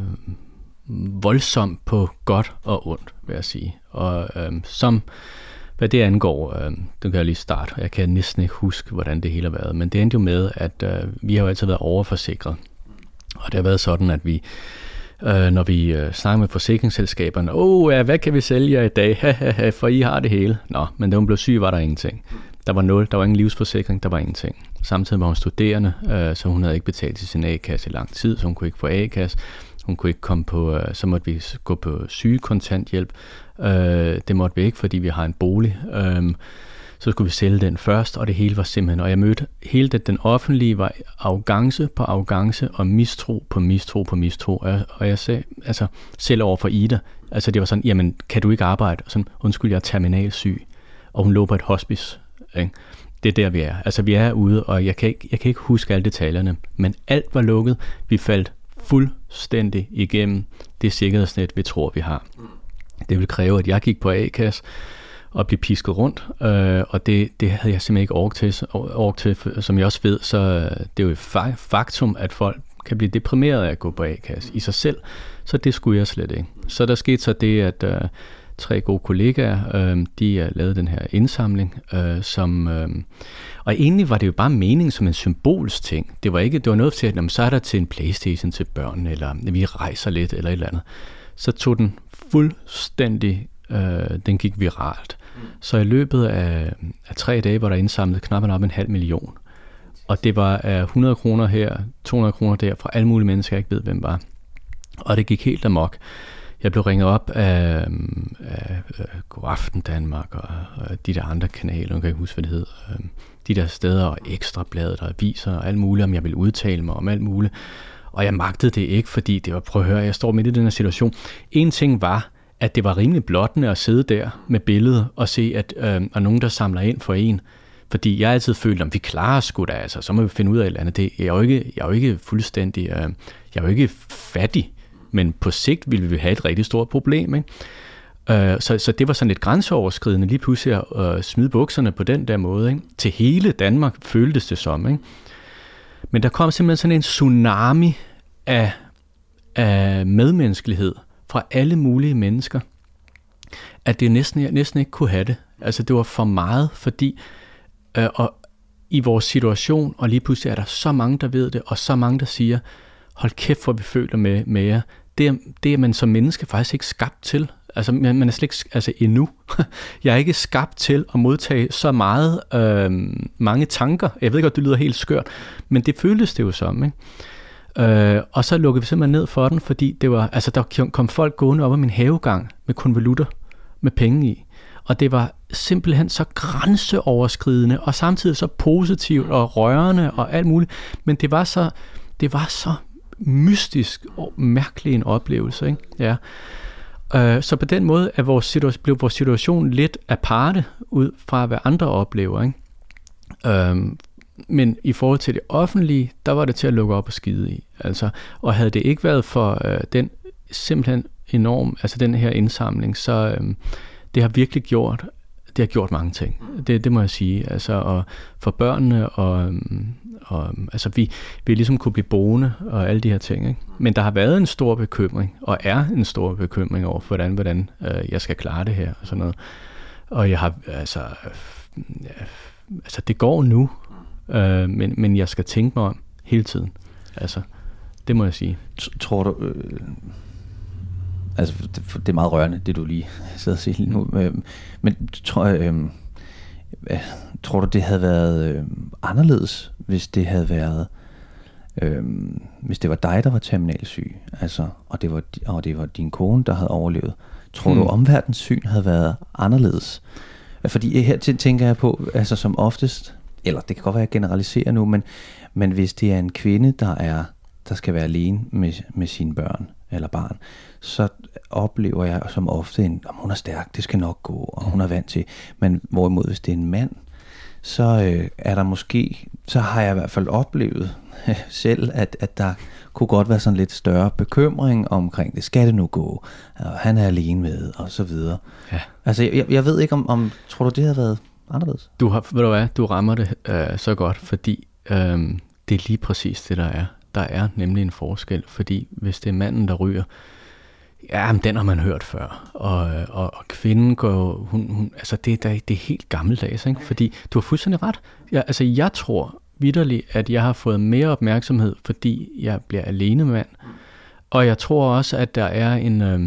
voldsomt på godt og ondt, vil jeg sige. Og øh, som, hvad det angår, øh, det kan jeg lige starte, jeg kan næsten ikke huske, hvordan det hele har været, men det endte jo med, at øh, vi har jo altid været overforsikret. Og det har været sådan, at vi, øh, når vi øh, snakker med forsikringsselskaberne, åh oh, ja, hvad kan vi sælge jer i dag, for I har det hele. Nå, men da hun blev syg, var der ingenting. Der var nul, der var ingen livsforsikring, der var ingenting. Samtidig var hun studerende, øh, så hun havde ikke betalt til sin A-kasse i lang tid, så hun kunne ikke få A-kasse. Hun kunne ikke komme på, øh, så måtte vi gå på sygekontanthjælp. Øh, det måtte vi ikke, fordi vi har en bolig. Øh, så skulle vi sælge den først, og det hele var simpelthen, og jeg mødte hele det, den offentlige var arrogance på arrogance, og mistro på mistro på mistro. Og jeg, og jeg sagde, altså selv over for Ida, altså det var sådan, jamen kan du ikke arbejde? Og sådan, undskyld, jeg er terminalsyg, og hun lå på et hospice. Ikke? Det er der, vi er. Altså, vi er ude, og jeg kan, ikke, jeg kan ikke huske alle detaljerne, men alt var lukket. Vi faldt fuldstændig igennem det sikkerhedsnet, vi tror, vi har. Det ville kræve, at jeg gik på A-kasse og blev pisket rundt, øh, og det, det havde jeg simpelthen ikke ork til, ork til. Som jeg også ved, så det er jo et faktum, at folk kan blive deprimeret af at gå på A-kasse i sig selv, så det skulle jeg slet ikke. Så der skete så det, at øh, tre gode kollegaer, øh, de lavede den her indsamling, øh, som, øh, og egentlig var det jo bare mening som en symbolsk ting. Det var ikke, det var noget til, at jamen, så er der til en PlayStation til børn, eller vi rejser lidt, eller et eller andet. Så tog den fuldstændig, øh, den gik viralt. Mm. Så i løbet af, af tre dage var der indsamlet knap op en halv million. Og det var af hundrede kroner her, to hundrede kroner der, fra alle mulige mennesker, jeg ikke ved, hvem var. Og det gik helt amok. Jeg blev ringet op af, af, af Godaften Danmark og, og de der andre kanaler, jeg kan ikke huske, hvad det hed. De der steder og Ekstrabladet og aviser og alt muligt, om jeg ville udtale mig om alt muligt. Og jeg magtede det ikke, fordi det var, prøv at høre, jeg står midt i den her situation. En ting var, at det var rimelig blottende at sidde der med billedet og se, at øh, er nogen, der samler ind for en. Fordi jeg altid følte, om vi klarer sgu da, altså, så må vi finde ud af et eller andet. Det, jeg, er jo ikke, jeg er jo ikke fuldstændig, øh, jeg er jo ikke fattig. Men på sigt ville vi have et rigtig stort problem, ikke? Uh, så, så det var sådan lidt grænseoverskridende lige pludselig at uh, smide bukserne på den der måde, ikke? Til hele Danmark føltes det som, ikke? Men der kom simpelthen sådan en tsunami af, af medmenneskelighed fra alle mulige mennesker, at det næsten, jeg næsten ikke kunne have det. Altså det var for meget, fordi uh, og i vores situation, og lige pludselig er der så mange, der ved det, og så mange, der siger, hold kæft, hvor vi føler med, med jer. Det er, det er man som menneske faktisk ikke skabt til. Altså, man, man er slet ikke, altså endnu. Jeg er ikke skabt til at modtage så meget, øh, mange tanker. Jeg ved godt, det lyder helt skørt, men det føltes det jo som, ikke? Øh, og så lukkede vi simpelthen ned for den, fordi det var, altså, der kom folk gående op ad min havegang med konvolutter med penge i. Og det var simpelthen så grænseoverskridende, og samtidig så positivt og rørende og alt muligt. Men det var så, det var så mystisk og mærkelig en oplevelse, ikke? Ja. Uh, så på den måde er vores situation, blev vores situation lidt aparte ud fra, hvad andre oplever, ikke? Uh, men i forhold til det offentlige, der var det til at lukke op og skide i. Altså, og havde det ikke været for uh, den simpelthen enorm, altså den her indsamling, så um, det har virkelig gjort, det har gjort mange ting. Det, det må jeg sige. Altså, og for børnene, og, um, og altså vi, vi ligesom kunne blive boende, og alle de her ting, ikke? Men der har været en stor bekymring, og er en stor bekymring over, hvordan, hvordan øh, jeg skal klare det her, og sådan noget. Og jeg har, altså, ja, altså det går nu, øh, men, men jeg skal tænke mig om hele tiden. Altså, det må jeg sige. Tror du, øh, altså det, det er meget rørende, det du lige sidder og siger lige nu, øh, men tror jeg, øh, tror du, det havde været øh, anderledes, hvis det havde været, øh, hvis det var dig, der var terminalsyg, altså, og det var, og det var din kone, der havde overlevet? Tror hmm. du, omverdens syn havde været anderledes? Fordi her tænker jeg på, altså som oftest, eller det kan godt være, at jeg generaliserer nu, men, men hvis det er en kvinde, der er, der skal være alene med, med sine børn eller barn, så oplever jeg som ofte, en, at hun er stærk, det skal nok gå, og hun er vant til. Men hvorimod, hvis det er en mand, så øh, er der måske, så har jeg i hvert fald oplevet selv, at, at der kunne godt være sådan lidt større bekymring omkring, det skal det nu gå, og han er alene med, og så videre. Ja. Altså, jeg, jeg ved ikke, om, om, tror du, det havde været anderledes? Du har, ved du hvad, du rammer det øh, så godt, fordi øh, det er lige præcis det, der er. Der er nemlig en forskel, fordi hvis det er manden, der ryger, ja, men den har man hørt før. Og, og, og kvinden går, hun, hun, altså det, der, det er helt gammeldags, ikke? Fordi du har fuldstændig ret. Jeg, altså jeg tror vitterligt, at jeg har fået mere opmærksomhed, fordi jeg bliver alene mand. Og jeg tror også, at der er en, øh,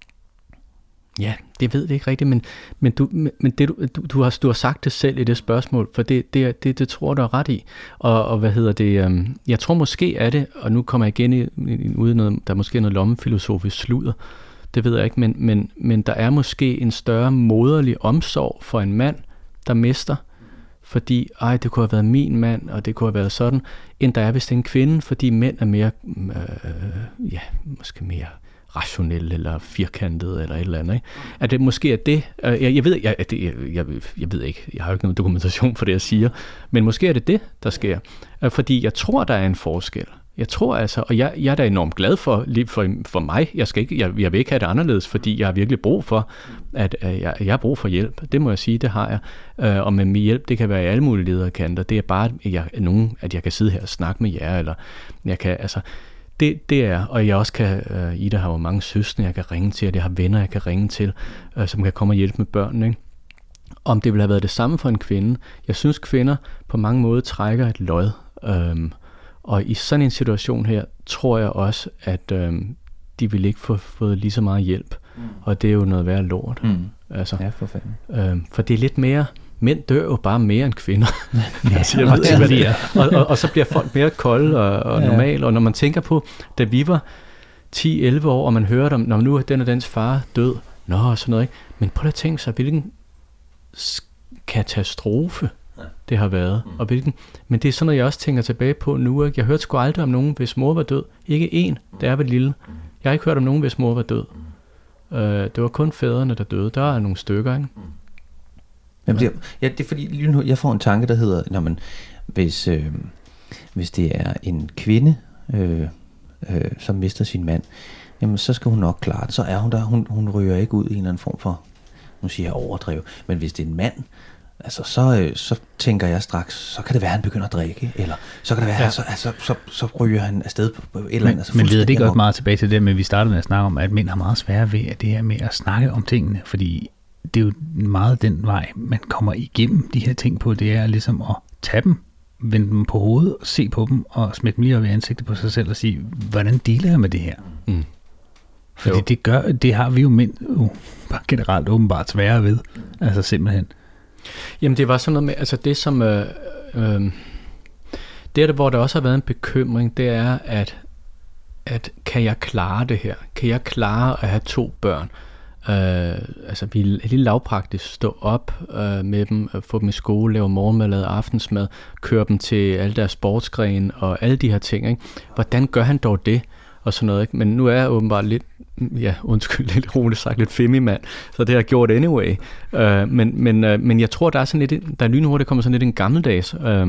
ja, det ved jeg ikke rigtigt, men, men, du, men det, du, du, har, du har sagt det selv i det spørgsmål, for det, det, det, det tror du er ret i. Og, og hvad hedder det, øh, jeg tror måske er det, og nu kommer jeg igen i, i, ud i noget, der er måske noget lommefilosofisk sludder, det ved jeg ikke, men, men, men der er måske en større moderlig omsorg for en mand, der mister, fordi, ej, det kunne have været min mand, og det kunne have været sådan, end der er, hvis det er en kvinde, fordi mænd er mere, øh, ja, måske mere rationelle, eller firkantet, eller et eller andet, ikke? At det måske er det, øh, jeg, jeg ved, jeg, det, jeg, jeg, jeg ved ikke, jeg har jo ikke nogen dokumentation for det, jeg siger, men måske er det det, der sker, øh, fordi jeg tror, der er en forskel. Jeg tror altså, og jeg, jeg er da enormt glad for, lige for, for mig, jeg, skal ikke, jeg, jeg vil ikke have det anderledes, fordi jeg har virkelig brug for, at øh, jeg, jeg har brug for hjælp. Det må jeg sige, det har jeg. Øh, og med min hjælp, det kan være i alle mulige lederkanter. Det er bare, at jeg, nogen, at jeg kan sidde her og snakke med jer, eller jeg kan, altså, det, det er, og jeg også kan, øh, Ida har jo mange søstre, jeg kan ringe til, og jeg har venner, jeg kan ringe til, øh, som kan komme og hjælpe med børnene, ikke? Om det ville have været det samme for en kvinde. Jeg synes, kvinder på mange måder trækker et lod, øh, og i sådan en situation her, tror jeg også, at øh, de vil ikke få fået lige så meget hjælp. Mm. Og det er jo noget værd lort. Mm. Altså, ja, for fanden. Øh, for det er lidt mere, mænd dør jo bare mere end kvinder. Ja, altså, jeg ved ikke, hvad det er. Og, og, og så bliver folk mere kolde og, og ja. normale. Og når man tænker på, da vi var ti elleve år, og man hørte om, når nu er den og dens far død, nå, og sådan noget, ikke? Men prøv at tænke sig, hvilken katastrofe det har været, mm. og hvilken, men det er sådan noget, jeg også tænker tilbage på nu, ikke? Jeg hørte sgu aldrig om nogen, hvis mor var død. Ikke én, da jeg var lille. Jeg har ikke hørt om nogen, hvis mor var død. Uh, det var kun fædrene, der døde. Der er nogle stykker, ikke? Jamen, det, er, ja, det er fordi, lige nu, jeg får en tanke, der hedder, når man, hvis, øh, hvis det er en kvinde, øh, øh, som mister sin mand, jamen, så skal hun nok klare det. Så er hun der, hun, hun ryger ikke ud i en eller anden form for, nu siger jeg overdrev, men hvis det er en mand, altså, så, så tænker jeg straks, så kan det være, at han begynder at drikke, eller så kan det være, ja. så, altså, så, så ryger han afsted på et eller andet. Altså, men leder det godt meget tilbage til det, men vi startede med at snakke om, at mænd har meget svære ved at det her med at snakke om tingene, fordi det er jo meget den vej, man kommer igennem de her ting på, det er ligesom at tage dem, vende dem på hovedet, se på dem, og smække dem lige op i ansigtet på sig selv og sige, hvordan dealer jeg med det her? Mm. Fordi jo. det gør, det har vi jo mænd uh, generelt åbenbart sværere ved. Altså simpelthen. Jamen det var sådan noget med, altså det som, øh, øh, det der, hvor der også har været en bekymring, det er, at, at kan jeg klare det her? Kan jeg klare at have to børn? Øh, altså vi er lige lavpraktisk stå op øh, med dem, få dem i skole, lave morgenmad, lave aftensmad, køre dem til alle deres sportsgrene og alle de her ting, ikke? Hvordan gør han dog det? Og sådan noget, ikke? Men nu er jeg åbenbart lidt, ja, undskyld, lidt roligt sagt, lidt femi-mand, så det har jeg gjort anyway. Uh, men, men, uh, men jeg tror, der er sådan lidt, der er lynhurtigt kommer sådan lidt en gammeldags uh,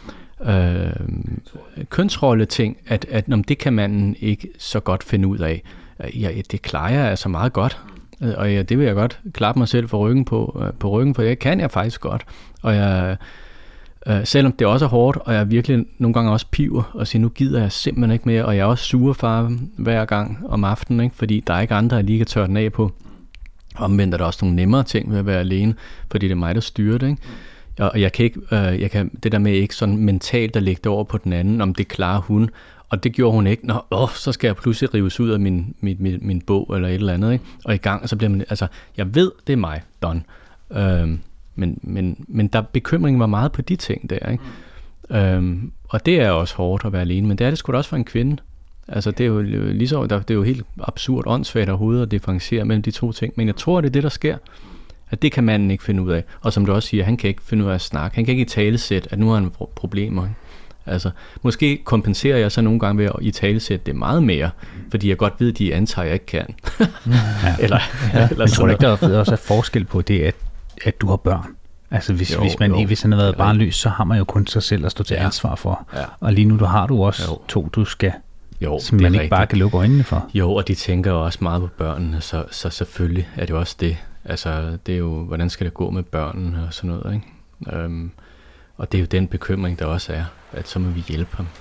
uh, kønsrolle ting, at, at om det kan man ikke så godt finde ud af. Uh, ja, det klarer jeg altså meget godt, uh, og ja, det vil jeg godt klappe mig selv for ryggen på, uh, på ryggen, for det kan jeg faktisk godt. Og jeg Uh, selvom det også er hårdt, og jeg virkelig nogle gange også piver og siger, nu gider jeg simpelthen ikke mere, og jeg er også sur far hver gang om aftenen, ikke? Fordi der er ikke andre, jeg lige kan tørre den af på. Omvendt er der også nogle nemmere ting ved at være alene, fordi det er mig, der styrer det, ikke? Og jeg kan ikke, uh, jeg kan, det der med ikke sådan mentalt at lægge det over på den anden, om det klarer hun, og det gjorde hun ikke. Nå, åh, så skal jeg pludselig rives ud af min, min, min, min bog eller et eller andet, ikke? Og i gang, og så bliver man, altså, jeg ved, det er mig, done. Uh, Men, men, men der bekymringen var meget på de ting der, ikke? Mm. Øhm, og det er også hårdt at være alene, men det er det sgu da også for en kvinde. Altså det er jo lige så, det er jo helt absurd åndssvagt overhovedet at differentiere mellem de to ting, men jeg tror, det er det, der sker. At det kan manden ikke finde ud af. Og som du også siger, han kan ikke finde ud af at snakke. Han kan ikke i talesæt, at nu har han problemer, ikke? Altså, måske kompenserer jeg så nogle gange ved at i talesæt det meget mere, fordi jeg godt ved, at de antager, at jeg ikke kan. Ja. eller, ja. eller jeg tror ikke, der også er forskel på det, at at du har børn. Altså hvis, jo, hvis man jo, ikke, hvis han har været barnløs, så har man jo kun sig selv at stå til ja. ansvar for. Ja. Og lige nu, du har du også jo. to, du skal, jo, som man ikke rigtigt. bare kan lukke øjnene for. Jo, og de tænker jo også meget på børnene, så, så selvfølgelig er det jo også det. Altså, det er jo, hvordan skal det gå med børnene og sådan noget, ikke? Øhm, og det er jo den bekymring, der også er, at så må vi hjælpe ham.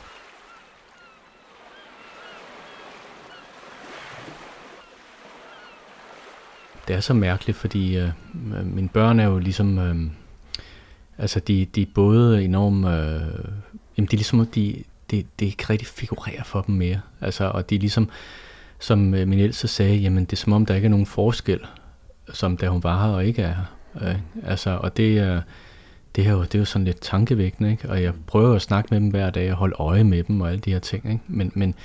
Det er så mærkeligt, fordi øh, mine børn er jo ligesom, øh, altså de, de er både enormt, øh, jamen de er ligesom, de, de, de ikke rigtig figurerer for dem mere. Altså, og de er ligesom, som øh, min ældste sagde, jamen det er som om, der ikke er nogen forskel, som da hun var her og ikke er her. Øh, altså, og det er, det, er jo, det er jo sådan lidt tankevækkende, ikke? Og jeg prøver at snakke med dem hver dag og holde øje med dem og alle de her ting, ikke? Men, men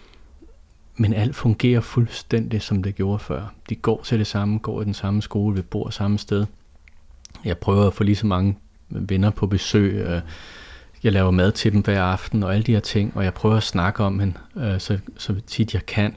Men alt fungerer fuldstændig, som det gjorde før. De går til det samme, går i den samme skole, vi bor samme sted. Jeg prøver at få lige så mange venner på besøg. Jeg laver mad til dem hver aften og alle de her ting, og jeg prøver at snakke om hende, så, så tit jeg kan.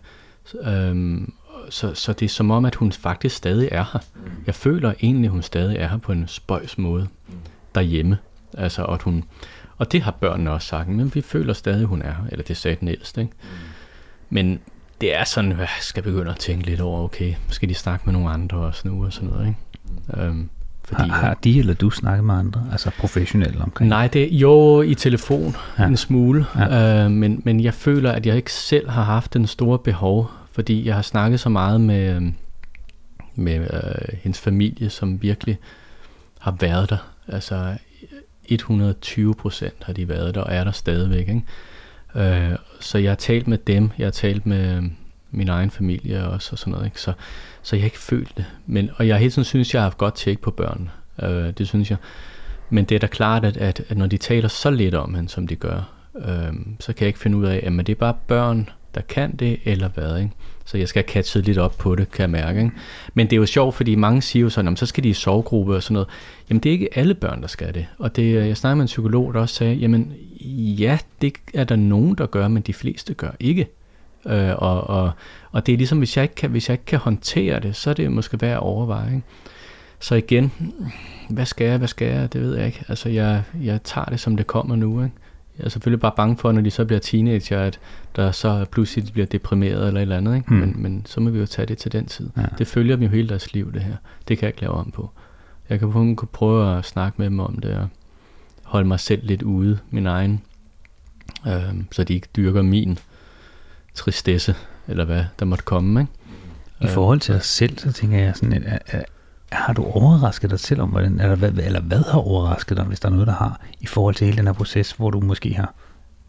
Så, så det er som om, at hun faktisk stadig er her. Jeg føler egentlig, at hun stadig er her på en spøjs måde derhjemme. Altså, at hun, og det har børnene også sagt, men vi føler stadig, at hun er her. Eller det sagde den ældste, ikke? Men det er sådan, jeg skal begynde at tænke lidt over, okay, skal de snakke med nogle andre også nu og sådan noget, ikke? Øhm, fordi, har, har de eller du snakket med andre, altså professionelle omkring? Nej, det er jo i telefon ja. en smule, ja. øh, men, men jeg føler, at jeg ikke selv har haft den store behov, fordi jeg har snakket så meget med, med øh, hendes familie, som virkelig har været der. Altså et hundrede og tyve procent har de været der, og er der stadigvæk, ikke? Øh, så jeg har talt med dem, jeg har talt med min egen familie også og sådan noget, ikke? Så, så jeg har ikke følt det. Men, og jeg hele tiden synes, jeg har haft godt tjek på børnene. Øh, det synes jeg. Men det er da klart, at, at, at når de taler så lidt om hende, som de gør, øh, så kan jeg ikke finde ud af, at det er bare børn, der kan det, eller hvad, ikke? Så jeg skal catche lidt op på det, kan jeg mærke, ikke? Men det er jo sjovt, fordi mange siger jo sådan, så skal de i sovegruppe og sådan noget. Jamen det er ikke alle børn, der skal det. Og det, jeg snakkede med en psykolog, der også sagde, jamen ja, det er der nogen, der gør, men de fleste gør ikke. Øh, og, og, og det er ligesom, hvis jeg, ikke kan, hvis jeg ikke kan håndtere det, så er det måske værd at overveje, ikke? Så igen, hvad skal jeg, hvad skal jeg, det ved jeg ikke. Altså jeg, jeg tager det, som det kommer nu, ikke? Jeg er selvfølgelig bare bange for, når de så bliver teenager, at der så pludselig bliver deprimeret eller et eller andet, ikke? Hmm. Men, men så må vi jo tage det til den tid. Ja. Det følger dem jo hele deres liv, det her. Det kan jeg ikke lave om på. Jeg kan kun prøve at snakke med dem om det, og holde mig selv lidt ude, min egen, øh, så de ikke dyrker min tristesse, eller hvad der måtte komme, ikke? I forhold til dig selv, så tænker jeg sådan, at, at, at har du overrasket dig selv om, hvordan, eller, hvad, eller hvad har overrasket dig, hvis der er noget, der har, i forhold til hele den her proces, hvor du måske har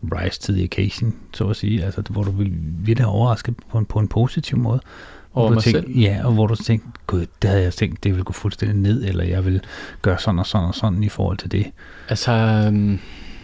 rise to the occasion, så at sige, altså hvor du vil virkelig overraske på en, på en positiv måde. Over mig tænkte, selv? Ja, og hvor du tænkte, gud, det havde jeg tænkt, det ville gå fuldstændig ned, eller jeg vil gøre sådan og sådan og sådan i forhold til det. Altså, øhm,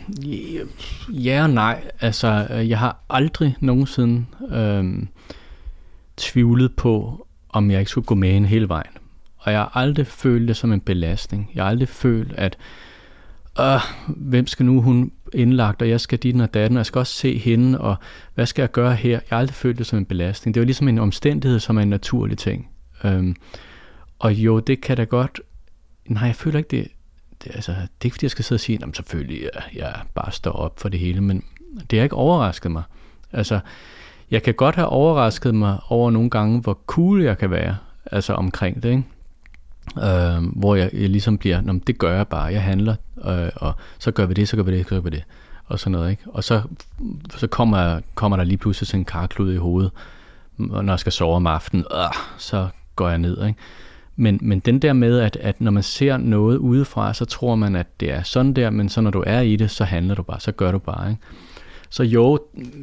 ja og nej. Altså, jeg har aldrig nogensinde øhm, tvivlet på, om jeg ikke skulle gå med en hele vejen. Og jeg har aldrig følt det som en belastning. Jeg har aldrig følt, at øh, hvem skal nu hun indlagt, og jeg skal dit og datten, og jeg skal også se hende, og hvad skal jeg gøre her? Jeg har aldrig følt det som en belastning. Det var ligesom en omstændighed, som er en naturlig ting. Øhm, og jo, det kan da godt... Nej, jeg føler ikke det... Det, altså, det er ikke, fordi jeg skal sidde og sige, at selvfølgelig, jeg, jeg bare står op for det hele, men det har ikke overrasket mig. Altså, jeg kan godt have overrasket mig over nogle gange, hvor cool jeg kan være, altså omkring det, ikke? Øh, hvor jeg, jeg ligesom bliver, Nå, det gør jeg bare, jeg handler, øh, og så gør vi det, så gør vi det, så gør vi det, og sådan noget, ikke? Og så, så kommer, kommer der lige pludselig sådan en karklud i hovedet, og når jeg skal sove om aftenen, øh, så går jeg ned, ikke? Men, men den der med, at, at når man ser noget udefra, så tror man, at det er sådan der, men så når du er i det, så handler du bare, så gør du bare, ikke? Så jo,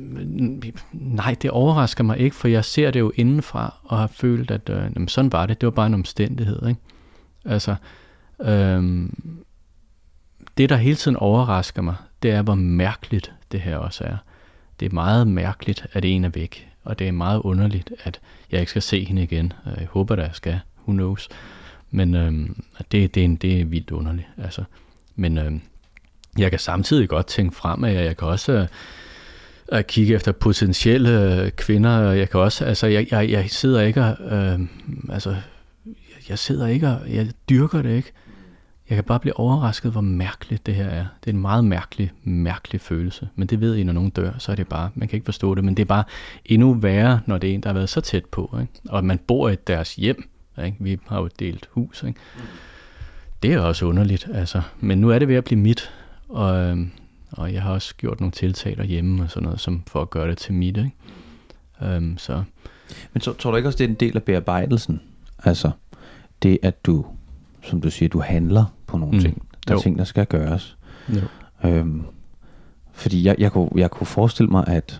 nej, det overrasker mig ikke, for jeg ser det jo indenfra, og har følt, at øh, jamen, sådan var det, det var bare en omstændighed, ikke? Altså, øhm, det der hele tiden overrasker mig, det er, hvor mærkeligt det her også er. Det er meget mærkeligt, at en er væk, og det er meget underligt, at jeg ikke skal se hende igen. Jeg håber, at jeg skal, who knows. Men øhm, det, det, er, det er vildt underligt, altså. Men øhm, jeg kan samtidig godt tænke fremad, og jeg kan også øh, at kigge efter potentielle øh, kvinder. Jeg kan også, altså, jeg, jeg, jeg sidder ikke og, øh, altså, jeg sidder ikke og, jeg dyrker det ikke. Jeg kan bare blive overrasket, hvor mærkeligt det her er. Det er en meget mærkelig, mærkelig følelse. Men det ved I, når nogen dør, så er det bare, man kan ikke forstå det, men det er bare endnu værre, når det er en, der har været så tæt på, ikke? Og man bor i deres hjem, ikke? Vi har jo delt hus, ikke? Det er også underligt, altså. Men nu er det ved at blive mit, og, øhm, og jeg har også gjort nogle tiltag derhjemme og sådan noget, som for at gøre det til mit, ikke? Øhm, så. Men så, tror du ikke også, det er en del af bearbejdelsen? Altså, det at du, som du siger, du handler på nogle mm. ting. Der er jo ting, der skal gøres. Jo. Øhm, fordi jeg, jeg, kunne, jeg kunne forestille mig, at,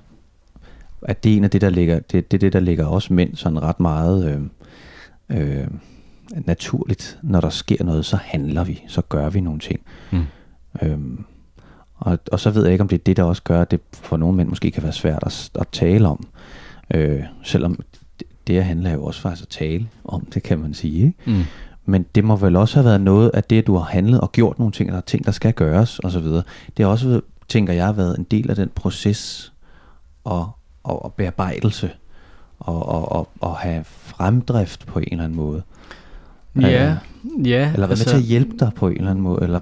at det er en af det, der ligger, det, det, det, der ligger også mænd sådan ret meget øh, øh, naturligt. Når der sker noget, så handler vi, så gør vi nogle ting. Mm. Øhm, og, og så ved jeg ikke, om det er det, der også gør, at det for nogle mænd måske kan være svært at, at tale om. Øh, selvom det, det handler jo også faktisk at tale om, det kan man sige, ikke? Mm. Men det må vel også have været noget af det, at du har handlet og gjort nogle ting, der er ting, der skal gøres og så videre. Det har også, tænker jeg, været en del af den proces og, og, og bearbejdelse og, og, og, og have fremdrift på en eller anden måde. Ja, øh, ja. Eller være altså, med til at hjælpe dig på en eller anden måde. Eller,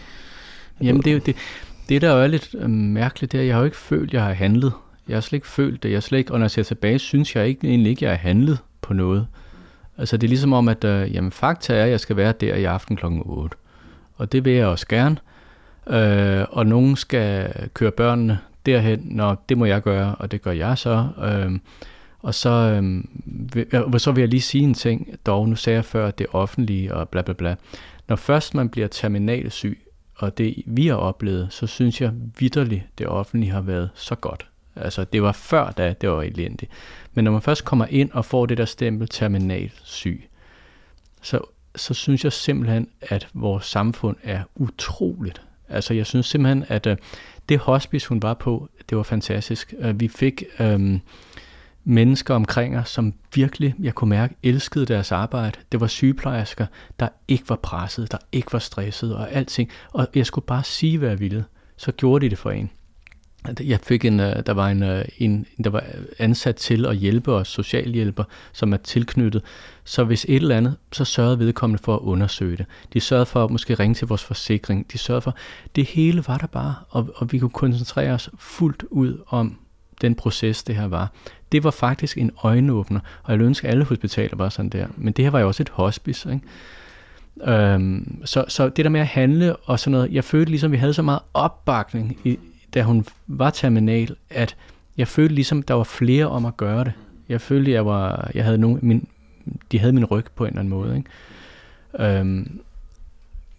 jamen det er jo det, det der er lidt øh, mærkeligt, det er, jeg har jo ikke følt, jeg har handlet. Jeg har slet ikke følt det. Jeg slet ikke, og når jeg ser tilbage, synes jeg ikke, egentlig ikke, jeg har handlet på noget. Altså det er ligesom om, at øh, jamen, fakta er, at jeg skal være der i aften klokken otte. Og det vil jeg også gerne. Øh, og nogen skal køre børnene derhen, når det må jeg gøre, og det gør jeg så. Øh, og så, øh, vil, så vil jeg lige sige en ting, dog nu sagde jeg før, at det offentlige og bla bla bla. Når først man bliver terminalsyg, og det vi har oplevet, så synes jeg vitterligt, det offentlige har været så godt. Altså det var før da, det var elendigt. Men når man først kommer ind og får det der stempel terminalsyg, så, så synes jeg simpelthen, at vores samfund er utroligt. Altså jeg synes simpelthen, at uh, det hospice, hun var på, det var fantastisk. Uh, vi fik um, mennesker omkring os, som virkelig, jeg kunne mærke, elskede deres arbejde. Det var sygeplejersker, der ikke var presset, der ikke var stresset og alting. Og jeg skulle bare sige, hvad jeg ville. Så gjorde de det for en. Jeg fik en, der var en, en, der var ansat til at hjælpe os, socialhjælper, som er tilknyttet. Så hvis et eller andet, så sørgede vedkommende for at undersøge det. De sørgede for at måske ringe til vores forsikring. De sørgede for, det hele var der bare, og, og vi kunne koncentrere os fuldt ud om den proces, det her var. Det var faktisk en øjenåbner, og jeg ønsker, at alle hospitaler var sådan der. Men det her var jo også et hospice, ikke? Øhm, så, så det der med at handle og sådan noget, jeg følte ligesom, vi havde så meget opbakning i da hun var terminal, at jeg følte ligesom, der var flere om at gøre det. Jeg følte, jeg var, jeg havde nogen, min, de havde min ryg på en eller anden måde, ikke? Øhm,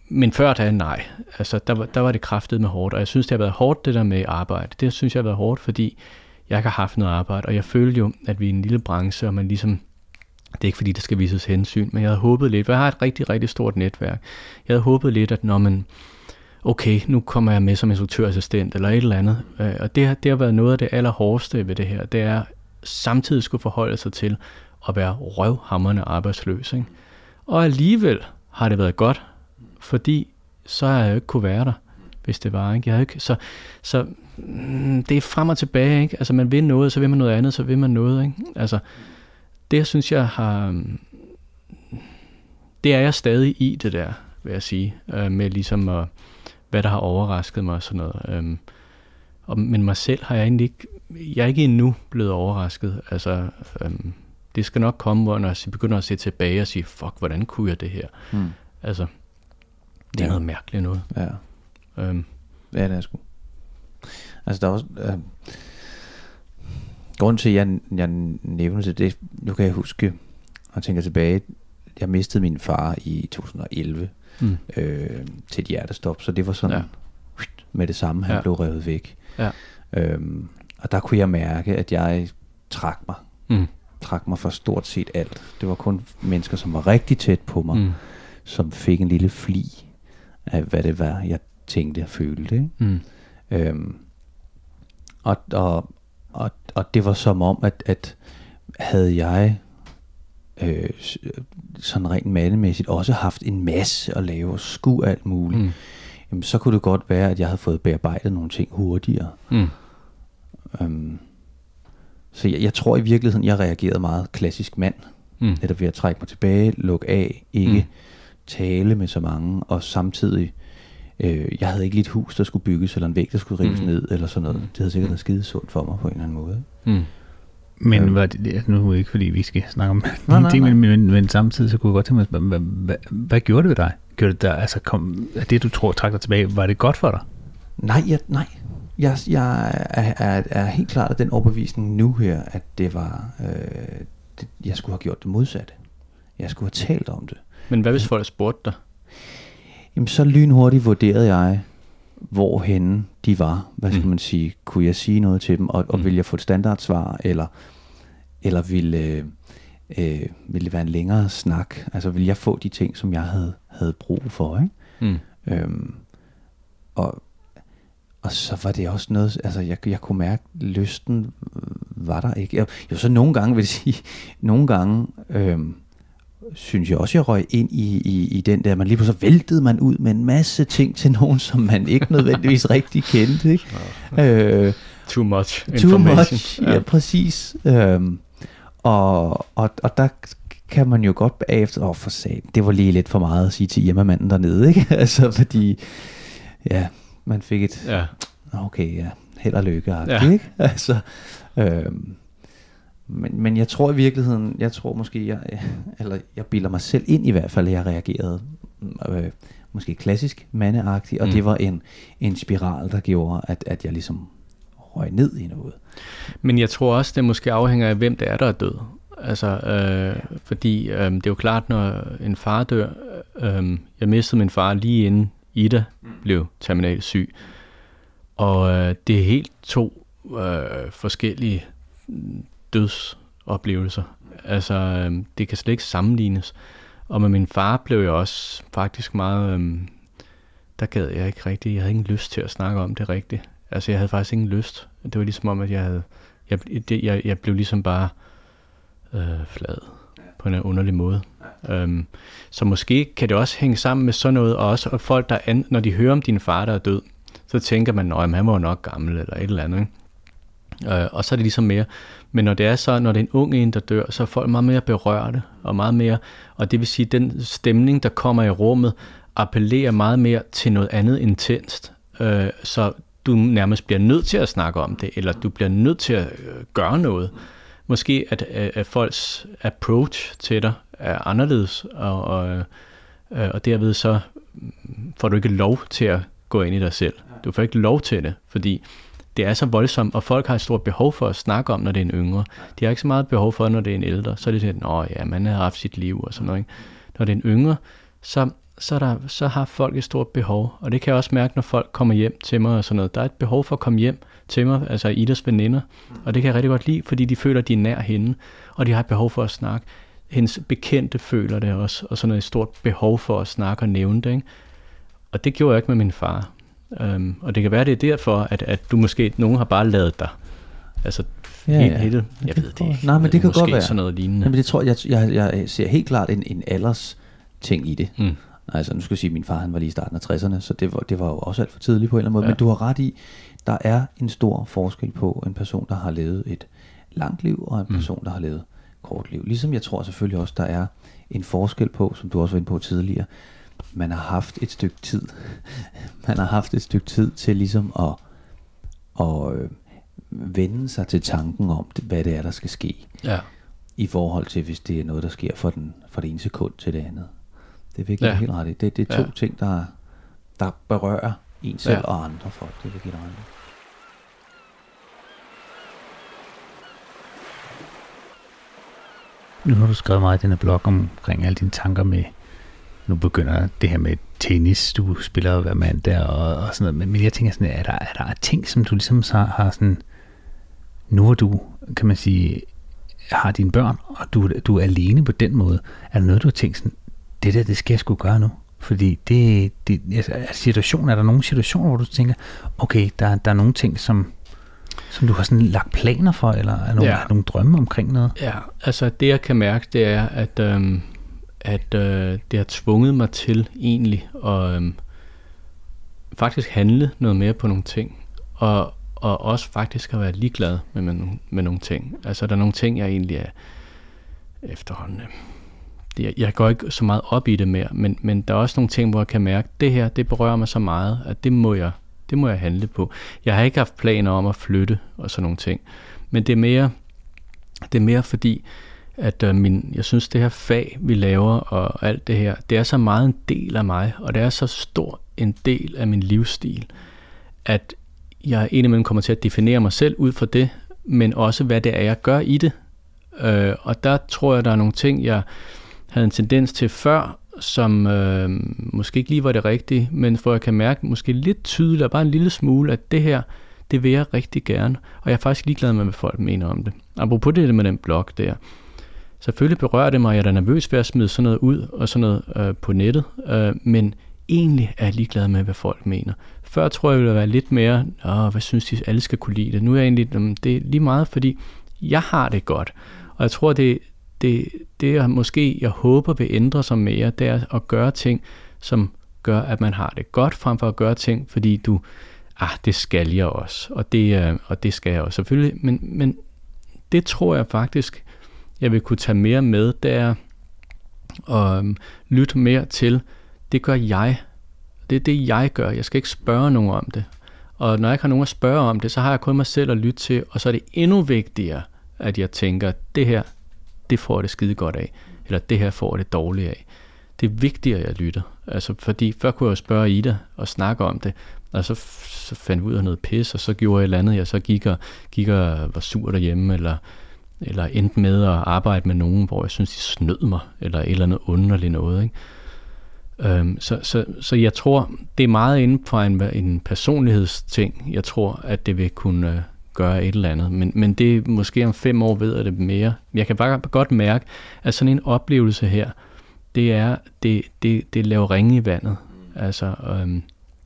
men før da, nej. Altså, der var, der var det kraftet med hårdt, og jeg synes, det har været hårdt, det der med arbejde. Det synes jeg har været hårdt, fordi jeg har haft noget arbejde, og jeg følte jo, at vi er en lille branche, og man ligesom, det er ikke fordi, der skal vises hensyn, men jeg havde håbet lidt, for jeg har et rigtig, rigtig stort netværk. Jeg havde håbet lidt, at når man, okay, nu kommer jeg med som instruktørassistent, eller et eller andet, og det har, det har været noget af det allerhårdeste ved det her, det er samtidig skulle forholde sig til at være røvhamrende arbejdsløs, ikke? Og alligevel har det været godt, fordi så har jeg jo ikke kunne være der, hvis det var, ikke? Jeg havde ikke, så, så mm, det er frem og tilbage, ikke? Altså man vil noget, så vil man noget andet, så vil man noget, ikke? Altså det synes jeg har, det er jeg stadig i det der, vil jeg sige, øh, med ligesom at, hvad der har overrasket mig og sådan noget. Øhm, og, men mig selv har jeg egentlig ikke, jeg er ikke endnu blevet overrasket, altså øhm, det skal nok komme, hvor når jeg begynder at se tilbage og sige, fuck, hvordan kunne jeg det her? Mm. Altså, det er ja. noget mærkeligt noget. Ja. Øhm. Ja, det er sgu. Altså, der er også... Øh, grunden til, at jeg, jeg nævner det, det, nu kan jeg huske, og tænker tilbage, jeg mistede min far i to tusind og elleve mm. øh, til et hjertestop, så det var sådan, ja. med det samme, han ja. blev revet væk. Ja. Øhm, og der kunne jeg mærke, at jeg trak mig. Mm. trak mig for stort set alt. Det var kun mennesker, som var rigtig tæt på mig, mm. som fik en lille fli af, hvad det var, jeg tænkte og følte. Ikke? Mm. Øhm, og, og, og, og det var som om, at, at havde jeg øh, sådan rent mandemæssigt også haft en masse at lave og sku alt muligt, mm. jamen, så kunne det godt være, at jeg havde fået bearbejdet nogle ting hurtigere. Mm. Øhm, Så jeg, jeg tror i virkeligheden, jeg reagerede meget klassisk mand. Mm. Netop ved at trække mig tilbage, lukke af, ikke mm. tale med så mange, og samtidig, øh, jeg havde ikke lige et hus, der skulle bygges, eller en væg, der skulle rives mm. ned, eller sådan noget. Det havde sikkert været skide sundt for mig på en eller anden måde. Mm. Men øhm. var det, nu ikke fordi vi skal snakke om nej, nej, ting, nej. Men, men, men samtidig så kunne jeg godt tænke mig at spørge, hvad, hvad, hvad gjorde det ved dig? Gjorde det der, altså kom, det du tror trak dig tilbage, var det godt for dig? Nej, jeg, nej. Jeg, jeg er, er, er helt klart af den overbevisning nu her, at det var, øh, det, jeg skulle have gjort det modsatte. Jeg skulle have talt om det. Men hvad hvis folk spurgte dig? Jamen så lynhurtigt vurderede jeg, hvorhenne de var. Hvad skal mm. man sige? Kunne jeg sige noget til dem, og, og mm. ville jeg få et standardsvar, eller, eller ville, øh, øh, ville det være en længere snak? Altså ville jeg få de ting, som jeg havde, havde brug for, ikke? Mm. Øhm, og Og så var det også noget, altså jeg, jeg kunne mærke, lysten var der ikke. Jeg, jo så nogle gange, vil jeg sige, nogle gange, øhm, synes jeg også, jeg røg ind i, i, i den der, man lige pludselig væltede man ud med en masse ting til nogen, som man ikke nødvendigvis rigtig kendte, ikke? Øh, too much too information. Much, ja, ja, præcis. Øhm, og, og, og der kan man jo godt bagefter, åh for satan, det var lige lidt for meget at sige til hjemmemanden dernede, ikke? Altså fordi, ja, man fik et, ja. okay, ja, held og lykke, ja. ikke? Altså, øhm, men, men jeg tror i virkeligheden, jeg tror måske, jeg, eller jeg bilder mig selv ind i hvert fald, at jeg reagerede øh, måske klassisk mandeagtigt, og mm. det var en, en spiral, der gjorde, at, at jeg ligesom røg ned i noget. Men jeg tror også, det måske afhænger af, hvem det er, der er død. Altså, øh, ja. fordi øh, det er jo klart, når en far dør, øh, jeg mistede min far lige inden Ida blev terminalt syg. Og øh, det er helt to øh, forskellige dødsoplevelser. Altså, øh, det kan slet ikke sammenlignes. Og med min far blev jeg også faktisk meget... Øh, der gad jeg ikke rigtigt. Jeg havde ingen lyst til at snakke om det rigtigt. Altså, jeg havde faktisk ingen lyst. Det var ligesom om, at jeg havde... Jeg, det, jeg, jeg blev ligesom bare øh, flad på en underlig måde. Um, så måske kan det også hænge sammen med sådan noget, og også og folk, der an, når de hører om din far, der er død, så tænker man, at han var jo nok gammel, eller et eller andet. Ikke? Uh, og så er det ligesom mere. Men når det er så, når det er en ung en, der dør, så er folk meget mere berørte, og meget mere, og det vil sige, den stemning, der kommer i rummet, appellerer meget mere til noget andet intenst. Uh, så du nærmest bliver nødt til at snakke om det, eller du bliver nødt til at gøre noget. Måske at, at folks approach til dig er anderledes, og, og, og derved så får du ikke lov til at gå ind i dig selv. Du får ikke lov til det, fordi det er så voldsomt, og folk har et stort behov for at snakke om, når det er en yngre. De har ikke så meget behov for, når det er en ældre. Så er det sådan, åh ja, man har haft sit liv og sådan noget. Ikke? Når det er en yngre, så, så, er der, så har folk et stort behov, og det kan jeg også mærke, når folk kommer hjem til mig og sådan noget. Der er et behov for at komme hjem til mig, altså Idas veninder, og det kan jeg rigtig godt lide, fordi de føler, at de er nær hende, og de har et behov for at snakke. Hendes bekendte føler det også, og sådan et stort behov for at snakke og nævne det, ikke? Og det gjorde jeg ikke med min far. Um, og det kan være, det er derfor, at, at du måske, nogen har bare lavet dig. Altså, ja, helt, ja. helt, jeg ved det ikke. Nej, men det kan måske godt være. Sådan noget lignende. Jamen, det tror jeg, jeg, jeg ser helt klart en, en alders ting i det. Mm. Altså, nu skal jeg sige, at min far han var lige i starten af tresserne, så det var, det var jo også alt for tidligt på en eller anden måde. Ja. Men du har ret i, der er en stor forskel på en person, der har levet et langt liv, og en person, mm. der har levet kort liv. Ligesom jeg tror selvfølgelig også, der er en forskel på, som du også var inde på tidligere, man har haft et stykke tid, man har haft et stykke tid til ligesom at, at øh, vende sig til tanken om, hvad det er, der skal ske. Ja. I forhold til, hvis det er noget, der sker fra, den, fra det ene sekund til det andet. Det er virkelig ja. helt ret i. Det, det er to ja. ting, der, der berører en selv ja. og andre folk. Det er virkelig ret i. Nu har du skrevet meget i denne blog omkring alle dine tanker med, nu begynder det her med tennis, du spiller hver mandag og, og sådan noget, men jeg tænker sådan, er der, er der ting, som du ligesom så har sådan, nu hvor du, kan man sige, har dine børn, og du, du er alene på den måde, er der noget, du har tænkt sådan, det der, det skal jeg sgu gøre nu? Fordi det, det altså, er, situation, er der nogle situationer, hvor du tænker, okay, der, der er nogle ting, som som du har sådan lagt planer for, eller er nogle, ja. nogle drømme omkring noget? Ja, altså det jeg kan mærke, det er, at, øhm, at øh, det har tvunget mig til egentlig at øhm, faktisk handle noget mere på nogle ting, og, og også faktisk at være ligeglad med, med, med nogle ting. Altså der er nogle ting, jeg egentlig er efterhånden, det, jeg går ikke så meget op i det mere, men, men der er også nogle ting, hvor jeg kan mærke, det her, det berører mig så meget, at det må jeg Det må jeg handle på. Jeg har ikke haft planer om at flytte og sådan nogle ting. Men det er mere, det er mere fordi, at øh, min, jeg synes, det her fag, vi laver og alt det her, det er så meget en del af mig, og det er så stor en del af min livsstil, at jeg indimellem kommer til at definere mig selv ud fra det, men også hvad det er, jeg gør i det. Øh, og der tror jeg, der er nogle ting, jeg havde en tendens til før, som øh, måske ikke lige var det rigtige, men for jeg kan mærke måske lidt tydeligt, bare en lille smule, at det her, det vil jeg rigtig gerne, og jeg er faktisk ligeglad med, hvad folk mener om det. Apropos det med den blog der, selvfølgelig berører det mig, jeg er da nervøs ved at smide sådan noget ud, og sådan noget øh, på nettet, øh, men egentlig er jeg ligeglad med, hvad folk mener. Før tror jeg, det ville være lidt mere, åh, hvad synes de, alle skal kunne lide det. Nu er jeg egentlig, det er lige meget, fordi jeg har det godt, og jeg tror, det Det, det jeg måske, jeg håber vil ændre sig mere, det er at gøre ting, som gør, at man har det godt, frem for at gøre ting, fordi du, ah, det skal jeg også, og det, og det skal jeg også selvfølgelig, men, men det tror jeg faktisk, jeg vil kunne tage mere med, det er at um, lytte mere til, det gør jeg, det er det jeg gør, jeg skal ikke spørge nogen om det, og når jeg ikke har nogen at spørge om det, så har jeg kun mig selv at lytte til, og så er det endnu vigtigere, at jeg tænker, det her, det får det skide godt af, eller det her får det dårligt af. Det er vigtigere, at jeg lytter. Altså, fordi før kunne jeg jo spørge Ida og snakke om det, og så, så fandt vi ud af noget pis, og så gjorde jeg et eller andet, jeg så gik og, gik og var sur derhjemme, eller, eller endte med at arbejde med nogen, hvor jeg synes, de snød mig, eller et eller andet underligt noget. Ikke? Um, så, så, så jeg tror, det er meget inden for en, en personlighedsting, jeg tror, at det vil kunne gøre et eller andet, men, men det er måske om fem år ved jeg det mere. Jeg kan bare godt mærke, at sådan en oplevelse her, det er, det, det, det laver ringe i vandet. Altså, øhm,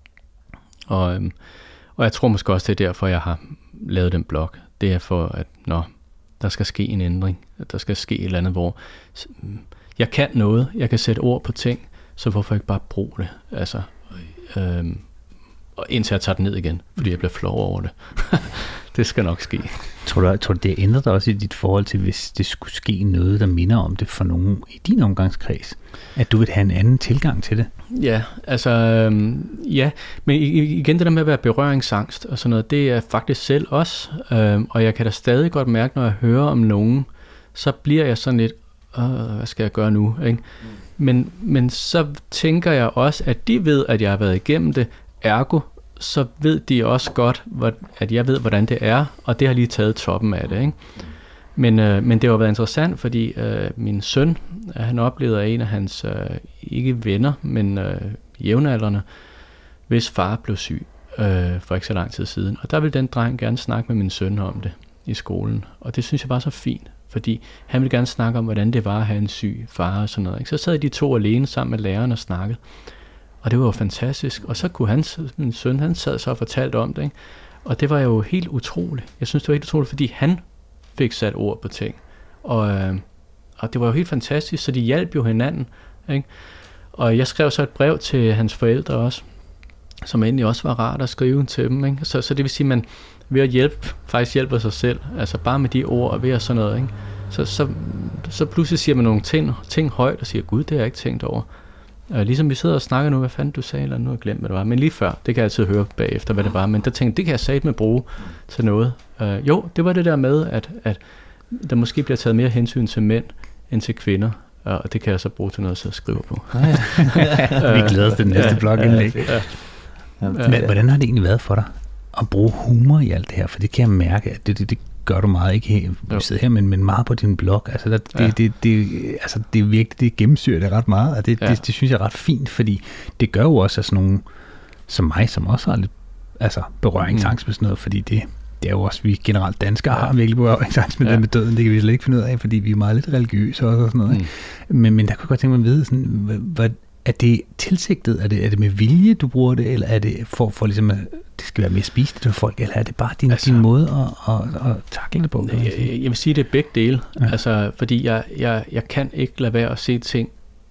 og, øhm, og jeg tror måske også, det er derfor, jeg har lavet den blog. Det er for, at når der skal ske en ændring, at der skal ske et eller andet, hvor jeg kan noget, jeg kan sætte ord på ting, så hvorfor ikke bare bruge det? Altså, øhm, og indtil jeg tager det ned igen, fordi jeg bliver flov over det. Det skal nok ske. Tror du, tror du, det ændrer dig også i dit forhold til, hvis det skulle ske noget, der minder om det for nogen i din omgangskreds? At du vil have en anden tilgang til det? Ja, altså, øhm, ja. Men igen det der med at være berøringsangst og sådan noget, det er faktisk selv også. Øhm, og jeg kan da stadig godt mærke, når jeg hører om nogen, så bliver jeg sådan lidt, hvad skal jeg gøre nu? Ikke? Mm. Men, men så tænker jeg også, at de ved, at jeg har været igennem det, ergo, så ved de også godt, at jeg ved, hvordan det er, og det har lige taget toppen af det. Ikke? Men, øh, men det har været interessant, fordi øh, min søn, han oplevede, at en af hans, øh, ikke venner, men øh, jævnaldrende, hvis far blev syg øh, for ikke så lang tid siden. Og der ville den dreng gerne snakke med min søn om det i skolen. Og det synes jeg var så fint, fordi han ville gerne snakke om, hvordan det var at have en syg far og sådan noget. Ikke? Så sad de to alene sammen med læreren og snakkede. Og det var jo fantastisk. Og så kunne hans, min søn, han sad så og fortalte om det. Ikke? Og det var jo helt utroligt. Jeg synes, det var helt utroligt, fordi han fik sat ord på ting. Og, øh, og det var jo helt fantastisk, så de hjalp jo hinanden. Ikke? Og jeg skrev så et brev til hans forældre også, som egentlig også var rart at skrive til dem. Ikke? Så, så det vil sige, at man ved at hjælpe, faktisk hjælper sig selv, altså bare med de ord og ved at sådan noget, ikke? Så, så, så pludselig siger man nogle ting, ting højt og siger, gud, det har jeg ikke tænkt over. Uh, ligesom vi sidder og snakker nu, hvad fanden du sagde, eller nu har jeg glemt, hvad det var. Men lige før, det kan jeg altid høre bagefter, hvad det var. Men der tænkte det kan jeg satme bruge til noget. Uh, jo, det var det der med, at, at der måske bliver taget mere hensyn til mænd end til kvinder. Uh, og det kan jeg så bruge til noget, så jeg skriver på. Vi glæder os til den næste blogindlæg. Men hvordan har det egentlig været for dig at bruge humor i alt det her? For det kan jeg mærke, at det, det, det gør du meget, ikke her, vi sidder her, men, men meget på din blog. Altså, der, det, ja. det, det, det, altså, det er virkelig, det gennemsyrer det ret meget, og det, ja. det, det synes jeg er ret fint, fordi det gør jo også, at sådan nogle som mig, som også har lidt altså, berøringsangst med sådan noget, fordi det, det er jo også, vi generelt danskere ja. har virkelig berøringsangst med ja. det med døden, det kan vi slet ikke finde ud af, fordi vi er meget lidt religiøse også og sådan noget. Mm. Men, men der kunne jeg godt tænke mig at vide, sådan, hvad, er det tilsigtet? Er det, er det med vilje, du bruger det, eller er det for, for ligesom, at det skal være mere spiseligt for folk, eller er det bare din, altså, din måde at, at, at takle det på? Jeg, jeg vil sige, det er begge dele, ja. altså, fordi jeg, jeg, jeg kan ikke lade være at se ting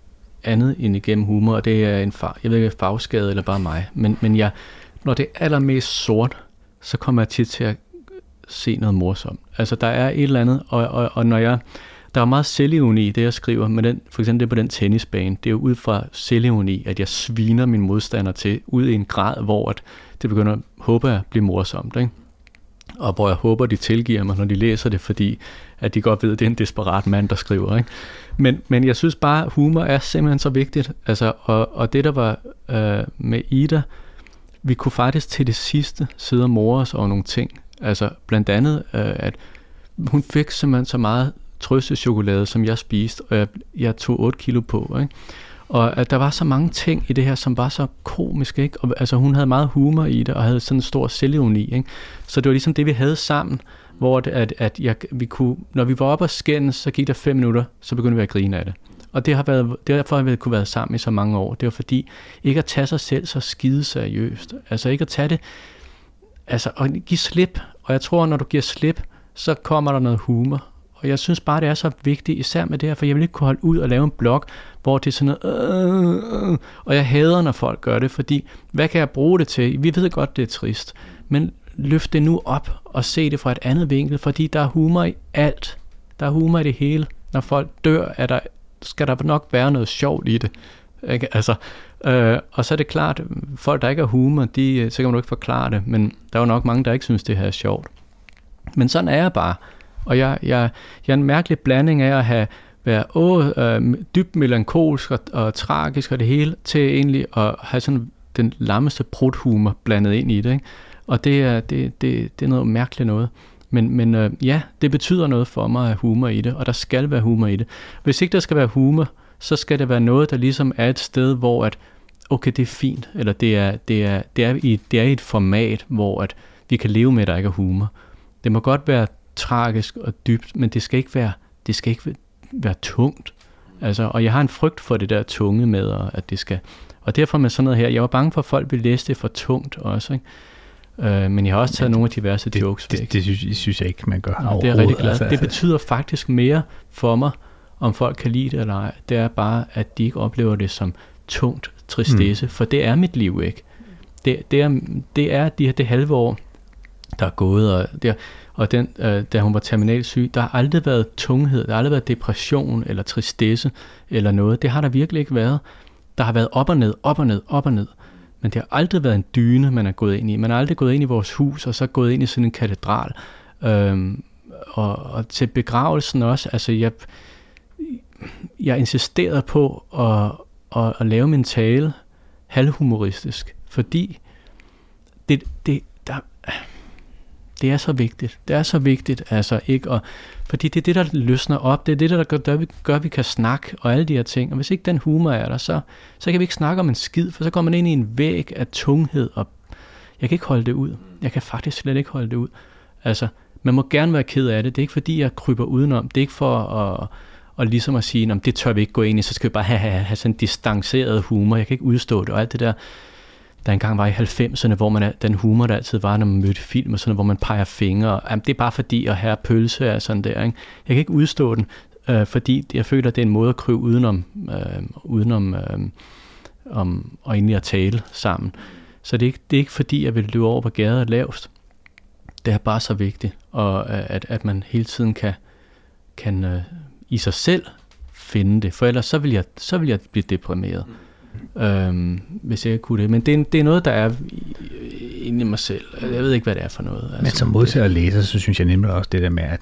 andet end igennem humor, og det er en far, jeg ved ikke, farveskade eller bare mig, men, men jeg, når det er allermest sort, så kommer jeg tit til at se noget morsomt. Altså, der er et eller andet, og, og, og når jeg der er meget selvironi i det, jeg skriver, med den, for eksempel det på den tennisbane. Det er jo ud fra selvironi, at jeg sviner min modstander til, ud i en grad, hvor at det begynder at håbe at blive morsomt. Ikke? Og hvor jeg håber, de tilgiver mig, når de læser det, fordi at de godt ved, at det er en desperat mand, der skriver. Ikke? Men, men jeg synes bare, at humor er simpelthen så vigtigt. Altså, og, og det, der var øh, med Ida, vi kunne faktisk til det sidste sidde og more os over nogle ting. Altså blandt andet, øh, at hun fik simpelthen så meget trøstechokolade, som jeg spiste, og jeg, jeg tog otte kilo på, ikke? Og at der var så mange ting i det her, som var så komisk, ikke? Og, altså hun havde meget humor i det, og havde sådan en stor selvironi, ikke? Så det var ligesom det, vi havde sammen, hvor det, at, at jeg, vi kunne, når vi var oppe og skændes, så gik der fem minutter, så begyndte vi at grine af det. Og det har været, derfor har vi kunne være sammen i så mange år. Det var fordi, ikke at tage sig selv så skide seriøst. Altså ikke at tage det, altså at give slip. Og jeg tror, når du giver slip, så kommer der noget humor. Og jeg synes bare, det er så vigtigt, især med det her, for jeg vil ikke kunne holde ud og lave en blog, hvor det er sådan noget, øh, øh, og jeg hader, når folk gør det, fordi hvad kan jeg bruge det til? Vi ved godt, det er trist, men løft det nu op og se det fra et andet vinkel, fordi der er humor i alt. Der er humor i det hele. Når folk dør, er der, skal der nok være noget sjovt i det. Ikke? Altså, øh, og så er det klart, folk, der ikke har humor, de, så kan man jo ikke forklare det, men der er jo nok mange, der ikke synes, det her er sjovt. Men sådan er jeg bare. Og jeg, jeg, jeg er en mærkelig blanding af at have været åh, øh, dybt melankolsk og, og tragisk og det hele, til egentlig at have sådan den lammeste pruthumor blandet ind i det. Ikke? Og det er, det, det, det er noget mærkeligt noget. Men, men øh, ja, det betyder noget for mig at have humor i det, og der skal være humor i det. Hvis ikke der skal være humor, så skal det være noget, der ligesom er et sted, hvor at, okay, det er fint, eller det er, det er, det er, i, det er i et format, hvor at vi kan leve med, at der ikke er humor. Det må godt være tragisk og dybt, men det skal ikke være, det skal ikke være tungt. Altså, og jeg har en frygt for det der tunge med, at det skal, og derfor med sådan noget her, jeg var bange for, at folk ville læse det for tungt også, ikke? Uh, men jeg har også taget men nogle af diverse det, jokes væk. Det, det synes, synes jeg ikke, man gør. Ja, det er jeg rigtig glad. Altså, det betyder faktisk mere for mig, om folk kan lide det eller ej. Det er bare, at de ikke oplever det som tungt tristesse, mm. for det er mit liv ikke. Det, det, er, det er de her det halve år, der er gået, og, der, og den, øh, da hun var terminalt syg, der har aldrig været tunghed, der har aldrig været depression eller tristesse eller noget. Det har der virkelig ikke været. Der har været op og ned, op og ned, op og ned. Men det har aldrig været en dyne, man er gået ind i. Man har aldrig gået ind i vores hus, og så gået ind i sådan en katedral. Øhm, og, og til begravelsen også, altså jeg, jeg insisterede på at, at, at lave min tale halvhumoristisk, fordi det, det, der, Det er så vigtigt. Det er så vigtigt, altså ikke at, fordi det er det, der løsner op. Det er det, der gør, der gør, at vi kan snakke og alle de her ting. Og hvis ikke den humor er der, så, så kan vi ikke snakke om en skid, for så går man ind i en væg af tunghed, og jeg kan ikke holde det ud. Jeg kan faktisk slet ikke holde det ud. Altså, man må gerne være ked af det. Det er ikke fordi, jeg kryber udenom. Det er ikke for at, at ligesom at sige, det tør vi ikke gå ind i, så skal vi bare have, have, have sådan en distanceret humor. Jeg kan ikke udstå det, og alt det der. Der engang var i halvfemserne, hvor man er, den humor, der altid var, når man mødte film, og sådan, hvor man peger fingre. Jamen, det er bare fordi, at her pølse er sådan der. Ikke? Jeg kan ikke udstå den, øh, fordi jeg føler, at det er en måde at krybe udenom, øh, udenom øh, om, og egentlig at tale sammen. Så det er, ikke, det er ikke fordi, jeg vil løbe over på gaden lavest. Det er bare så vigtigt, og at, at man hele tiden kan, kan øh, i sig selv finde det. For ellers så vil jeg, så vil jeg blive deprimeret. Øhm, hvis jeg ikke kunne det. Men det er, det er noget, der er inde i mig selv. Jeg ved ikke, hvad det er for noget. Altså, men som modtager og læser, så synes jeg nemlig også det der med, at,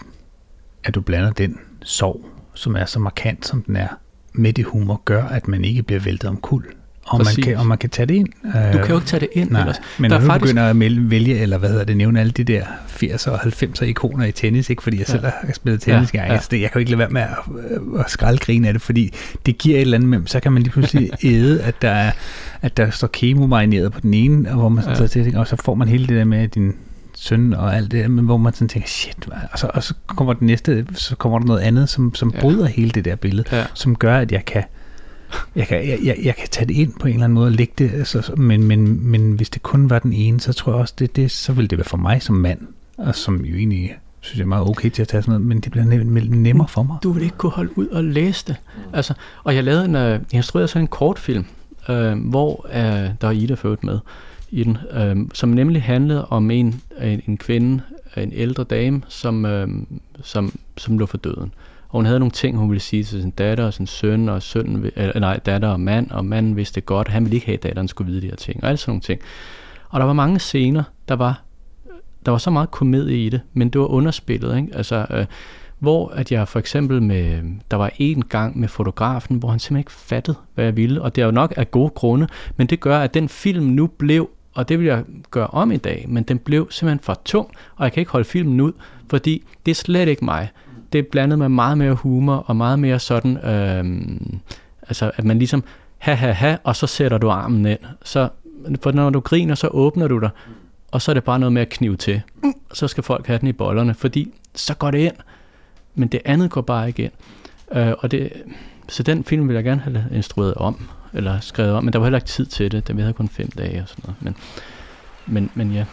at du blander den sorg, som er så markant, som den er, med det humor, gør, at man ikke bliver væltet omkuld. Og man, kan, og man kan tage det ind. Du kan jo ikke tage det ind. Nej, ellers. men der når du faktisk... begynder at vælge, eller hvad hedder det, nævne alle de der firser og halvfemser ikoner i tennis, ikke fordi jeg selv ja. har spillet tennis, ja, ja. Jeg, jeg kan jo ikke lade være med at, at skraldgrine af det, fordi det giver et eller andet med, så kan man lige pludselig æde, at der, er, at der står kemo-marineret på den ene, og, hvor man sådan, ja. så, og så får man hele det der med din søn og alt det, men hvor man sådan tænker, shit, og så, og så kommer det næste, så kommer der noget andet, som, som ja. bryder hele det der billede, ja. som gør, at jeg kan Jeg kan, jeg, jeg, jeg kan tage det ind på en eller anden måde og lægge det, altså, men, men, men hvis det kun var den ene, så tror jeg også, det, det, så ville det være for mig som mand, og som jo egentlig synes jeg er meget okay til at tage sådan noget, men det bliver nem, nemmere for mig. Du vil ikke kunne holde ud og læse det. Altså, og jeg lavede en, jeg instruerede sådan en kortfilm, øh, hvor øh, der var Ida født med i den, øh, som nemlig handlede om en, en, en kvinde, en ældre dame, som, øh, som, som lå for døden. Og hun havde nogle ting, hun ville sige til sin datter og sin søn, og sønnen, eller nej, datter og mand, og manden vidste det godt, og han ville ikke have, at datteren skulle vide de her ting, og alle sådan nogle ting. Og der var mange scener, der var, der var så meget komedie i det, men det var underspillet, ikke? Altså, øh, hvor at jeg for eksempel med, der var en gang med fotografen, hvor han simpelthen ikke fattede, hvad jeg ville, og det er jo nok af gode grunde, men det gør, at den film nu blev, og det vil jeg gøre om i dag, men den blev simpelthen for tung, og jeg kan ikke holde filmen ud, fordi det er slet ikke mig. Det er blandet med meget mere humor, og meget mere sådan, øh, altså at man ligesom, ha ha ha, og så sætter du armen ind. Så, for når du griner, så åbner du dig, og så er det bare noget med at knive til. Så skal folk have den i bollerne, fordi så går det ind, men det andet går bare ikke ind. Øh, og det, så den film vil jeg gerne have instrueret om, eller skrevet om, men der var heller ikke tid til det, vi havde kun fem dage og sådan noget. Men, men, men ja.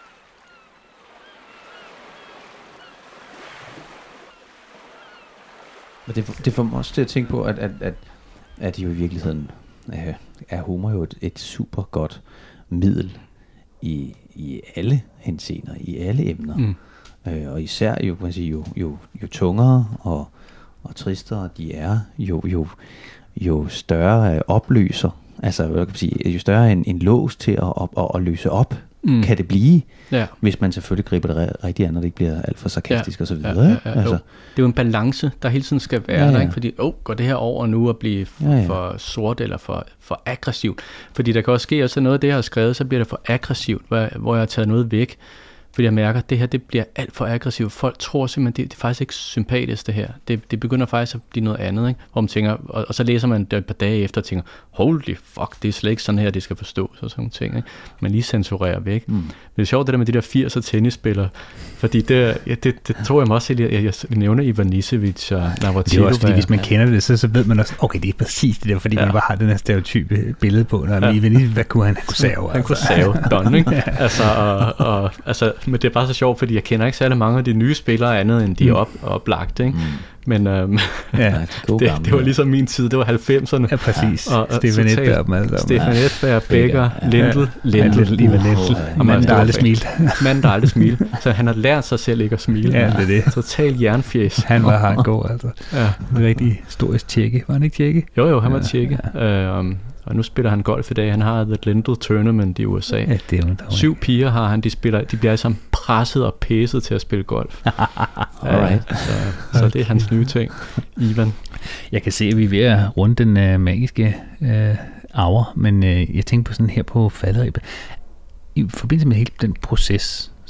Og det, det får mig også til at tænke på, at, at, at, at jo i virkeligheden øh, er humor jo et, et super godt middel i, i alle henseender, i alle emner. Mm. Øh, og især jo, man sige, jo, jo, jo tungere og, og tristere de er, jo, jo, jo større opløser, altså jeg kan sige, jo større en, en lås til at, at, at, at løse op, mm. kan det blive, ja. Hvis man selvfølgelig griber det rigtigt an, når det ikke bliver alt for sarkastisk, ja. Og så videre. Ja, ja, ja, altså. Det er jo en balance, der hele tiden skal være, ja, ja. Der, ikke? Fordi, åh, oh, går det her over nu at blive for, ja, ja. for sort eller for, for aggressivt? Fordi der kan også ske også noget af det, jeg har skrevet, så bliver det for aggressivt, hvor, hvor jeg har taget noget væk. Fordi jeg mærker, at det her det bliver alt for aggressivt. Folk tror simpelthen, det, det er faktisk ikke sympatisk det her. Det, det begynder faktisk at blive noget andet, ikke? Hvor man tænker, og, og så læser man det et par dage efter og tænker, holy fuck, det er slet ikke sådan her, det skal forstås og sådan nogle ting, ikke? Man lige censurerer væk. Mm. Men det er sjovt det der med de der firser tennisspillere, fordi det, ja, det, det tror jeg mig også, jeg, jeg nævner Ivanisevic og Navratilova. Det er også fordi, hvis man kender det, så, så ved man også, okay, det er præcis det der, fordi ja. Man bare har den her stereotype billede på, når ja. Ivanisevic, hvad kunne han? Han kunne save. Han kunne save, don, ikke? Ja. Altså, og, og, altså, men det er bare så sjovt, fordi jeg kender ikke særlig mange af de nye spillere andet, end de er mm. op, oplagt, ikke? Mm. Men øhm, ja, det, det var ligesom min tid, det var halvfemserne. Ja, præcis. Og, og Stefan Edberg, altså. Stefan Edberg, Becker, Lindl, Lindl, Ivan Lindl. Og manden, der aldrig smilte. Manden, der aldrig smilte. Så han har lært sig selv ikke at smile. Ja, det er det. Total jernfjes. Han var han god, altså. Ja. En rigtig historisk tjekke. Var han ikke tjekke? Jo, jo, han var tjekke. Ja. Um, og nu spiller han golf i dag. Han har The Lindl Tournament i U S A. Ja, det er jo Syv piger har han. De, spiller, de bliver altså presset og pæset til at spille golf. Alright. Ja, så, så det er hans nye ting. Ivan. Jeg kan se, at vi er ved at runde den uh, magiske uh, hour, men uh, jeg tænker på sådan her på falderæbet. I forbindelse med hele den proces,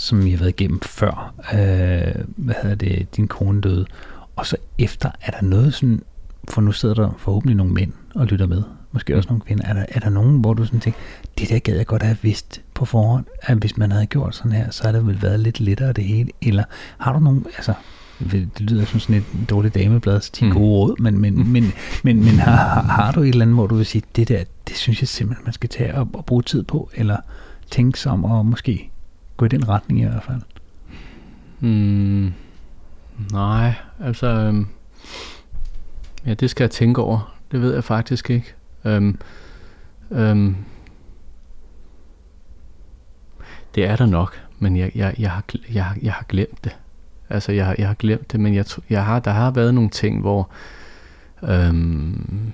som I har været igennem før, øh, hvad hedder det, din kone døde, og så efter, er der noget sådan, for nu sidder der forhåbentlig nogle mænd og lytter med, måske også nogle kvinder, er der, er der nogen, hvor du sådan tænker, det der gad jeg godt have vidst på forhånd, at hvis man havde gjort sådan her, så havde det vel været lidt lettere det hele, eller har du nogen, altså, det lyder som sådan et dårligt dameblad, til gode råd, men, men, mm. men, men, men har, har, har du et eller andet, hvor du vil sige, det der, det synes jeg simpelthen, man skal tage og, og bruge tid på, eller tænke sig om, og måske gå i den retning i hvert fald? Mm, nej, altså, øhm, ja, det skal jeg tænke over. Det ved jeg faktisk ikke. Øhm, øhm, det er der nok, men jeg, jeg, jeg, har, jeg, jeg har glemt det. Altså, jeg, jeg har glemt det, men jeg, jeg har, der har været nogle ting, hvor, øhm,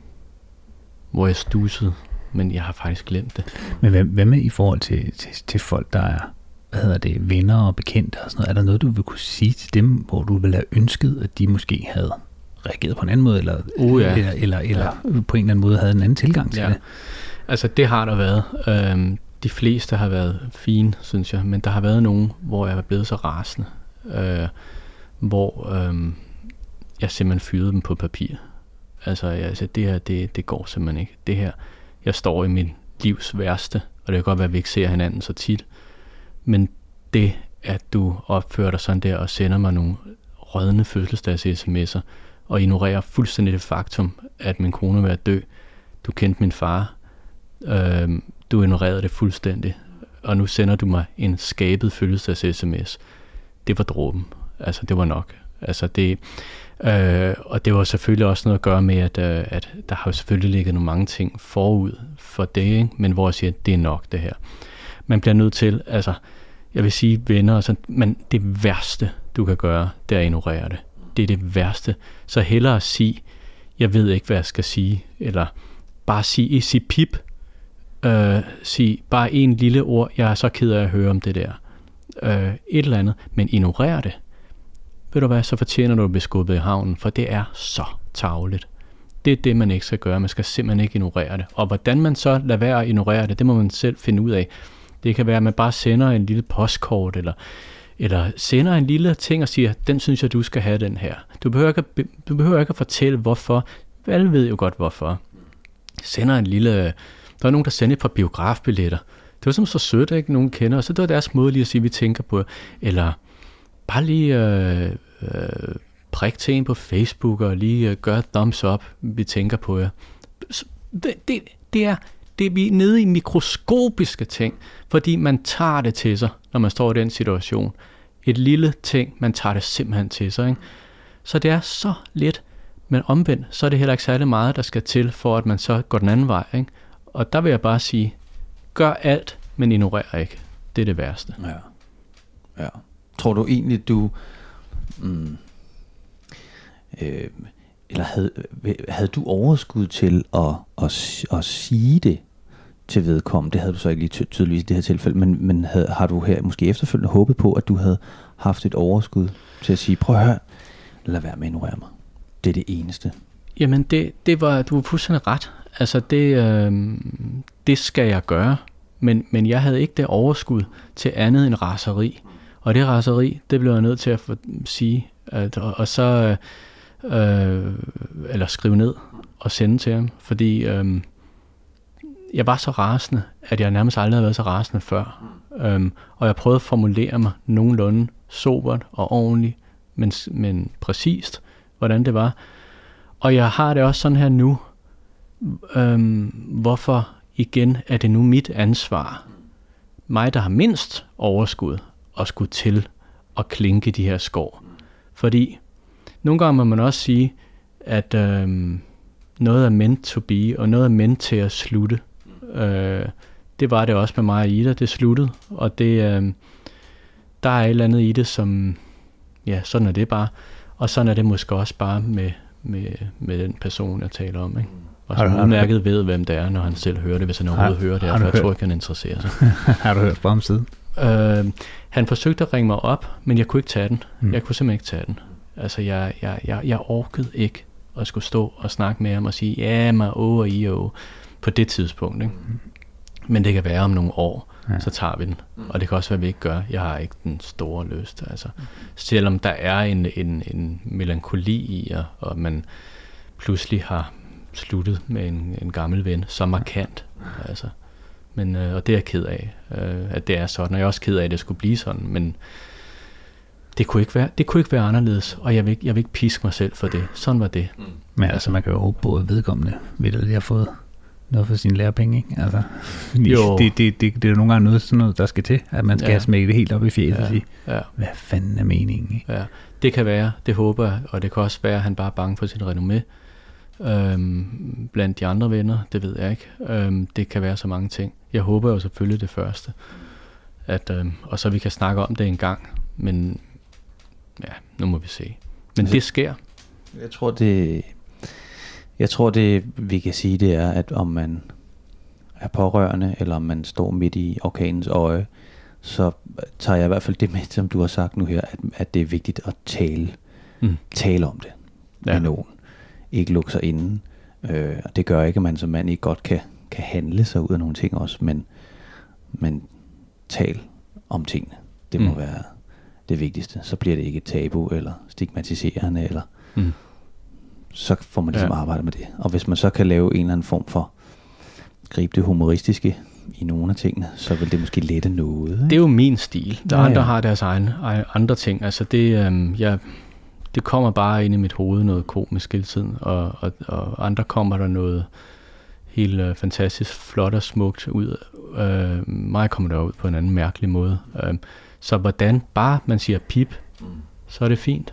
hvor jeg stussede, men jeg har faktisk glemt det. Men hvad, hvad med i forhold til, til, til folk, der er, hvad hedder det, venner og bekendte og sådan noget? Er der noget, du vil kunne sige til dem, hvor du ville have ønsket, at de måske havde reageret på en anden måde, eller, uh, ja. eller, eller, eller ja. på en eller anden måde havde en anden tilgang til ja. det? Altså, det har der været. Øhm, de fleste har været fine, synes jeg, men der har været nogen, hvor jeg er blevet så rasende, øh, hvor øh, jeg simpelthen fyrede dem på papir. Altså, altså det her, det, det går simpelthen ikke. Det her, jeg står i min livs værste, og det kan godt være, at vi ikke ser hinanden så tit, men det, at du opfører dig sådan der og sender mig nogle rådne fødselsdags-sms'er, og ignorerer fuldstændig det faktum, at min kone var død. Du kendte min far. Øh, du ignorerede det fuldstændig. Og nu sender du mig en skabet fødselsdags-sms. Det var dråben. Altså, det var nok. Altså, det, øh, og det var selvfølgelig også noget at gøre med, at, øh, at der har selvfølgelig ligget nogle mange ting forud for det, ikke? Men hvor jeg siger, at det er nok det her. Man bliver nødt til, altså, jeg vil sige venner og sådan, men det værste, du kan gøre, det er at ignorere det. Det er det værste. Så hellere sige, jeg ved ikke, hvad jeg skal sige, eller bare sige, sig pip, øh, sig bare en lille ord, jeg er så ked af at høre om det der. Øh, et eller andet, men ignorer det. Ved du hvad, så fortjener du at blive skubbet i havnen, for det er så tarveligt. Det er det, man ikke skal gøre. Man skal simpelthen ikke ignorere det. Og hvordan man så lader være at ignorere det, det må man selv finde ud af. Det kan være, at man bare sender en lille postkort, eller eller sender en lille ting og siger, den synes jeg, du skal have den her. Du behøver ikke at, du behøver ikke at fortælle, hvorfor. Alle ved jo godt, hvorfor. Sender en lille... Der er nogen, der sender et par biografbilletter. Det var som så sødt, ikke? Nogen kender. Og så det var deres måde lige at sige, vi tænker på. Eller bare lige øh, øh, prik til en på Facebook, og lige øh, gøre thumbs up, vi tænker på jer. Det, det, det er... Det er vi nede i mikroskopiske ting, fordi man tager det til sig, når man står i den situation. Et lille ting, man tager det simpelthen til sig. Ikke? Så det er så let, men omvendt, så er det heller ikke særlig meget, der skal til, for at man så går den anden vej. Ikke? Og der vil jeg bare sige, gør alt, men ignorer ikke. Det er det værste. Ja. Ja. Tror du egentlig, du... Mm, øh, eller havde, havde du overskud til at, at, at sige det til vedkommende? Det havde du så ikke lige ty- tydeligvis i det her tilfælde, men, men havde, har du her måske efterfølgende håbet på, at du havde haft et overskud til at sige, prøv at høre, lad være med at ignorere mig. Det er det eneste. Jamen, det, det var, du var fuldstændig ret. Altså, det, øh, det skal jeg gøre, men, men jeg havde ikke det overskud til andet end raseri. Og det raseri, det blev jeg nødt til at få, sige, at, og, og så... Øh, eller skrive ned og sende til ham, fordi øh, jeg var så rasende, at jeg nærmest aldrig havde været så rasende før. Øh, og jeg prøvede at formulere mig nogenlunde sobert og ordentligt, men, men præcist, hvordan det var. Og jeg har det også sådan her nu. Øh, hvorfor igen er det nu mit ansvar? Mig, der har mindst overskud, og skulle til at klinke de her skår. Fordi nogle gange må man også sige, at øh, noget er meant to be, og noget er meant til at slutte. Øh, det var det også med mig og Ida, det sluttede. Og det, øh, der er et eller andet i det, som, ja, sådan er det bare. Og sådan er det måske også bare med, med, med den person, jeg taler om. Ikke? Og som udmærket ved, hvem det er, når han selv hører det, hvis han overhovedet hører det, for jeg tror ikke, han interesserer sig. Har du hørt fra ham siden? Øh, han forsøgte at ringe mig op, men jeg kunne ikke tage den. Mm. Jeg kunne simpelthen ikke tage den. Altså, jeg, jeg, jeg, jeg orkede ikke at skulle stå og snakke med ham og sige, ja, mig, åh og i og på det tidspunkt. Ikke? Men det kan være om nogle år, Ja. så tager vi den. Og det kan også være, at vi ikke gør. Jeg har ikke den store lyst. Altså, selvom der er en, en, en melankoli i, og, og man pludselig har sluttet med en, en gammel ven, så markant. Altså. Men, øh, og det er jeg ked af, øh, at det er sådan. Og jeg er også ked af, at det skulle blive sådan. Men det kunne ikke være, det kunne ikke være anderledes, og jeg vil, ikke, jeg vil ikke piske mig selv for det. Sådan var det. Men altså, man kan jo håbe på, at vedkommende ved, at de har fået noget for sine lærepenge, ikke? Altså, Jo. det, det, det, det er jo nogle gange noget, sådan noget, der skal til, at man skal Ja. ja. smække det helt op i fjeset Ja. og sige, Ja. hvad fanden er meningen? Ikke? Ja, det kan være, det håber jeg, og det kan også være, at han bare er bange for sit renommé øhm, blandt de andre venner, det ved jeg ikke. Øhm, det kan være så mange ting. Jeg håber jo selvfølgelig det første, at, øhm, og så vi kan snakke om det en gang, men ja, nu må vi se. Men Altså, det sker. Jeg tror, det, jeg tror, det vi kan sige, det er, at om man er pårørende, eller om man står midt i orkanens øje, så tager jeg i hvert fald det med, som du har sagt nu her, at, at det er vigtigt at tale, Mm. tale om det med Ja. nogen. Ikke lukke sig inde. Øh, og det gør ikke, at man som mand ikke godt kan, kan handle sig ud af nogle ting også, men, men tal om tingene. Det må Mm. være det vigtigste. Så bliver det ikke et tabu, eller stigmatiserende, eller Mm. så får man ligesom Ja. arbejde med det. Og hvis man så kan lave en eller anden form for gribe det humoristiske i nogle af tingene, så vil det måske lette noget. Ikke? Det er jo min stil. Der Ja, andre ja. har deres egen, egen andre ting. Altså det, øhm, jeg, det kommer bare ind i mit hoved noget komisk hele tiden, og, og, og andre kommer der noget helt øh, fantastisk flot og smukt ud. Øh, mig kommer der ud på en anden mærkelig måde. Øh, så hvordan bare man siger pip, mm. så er det fint.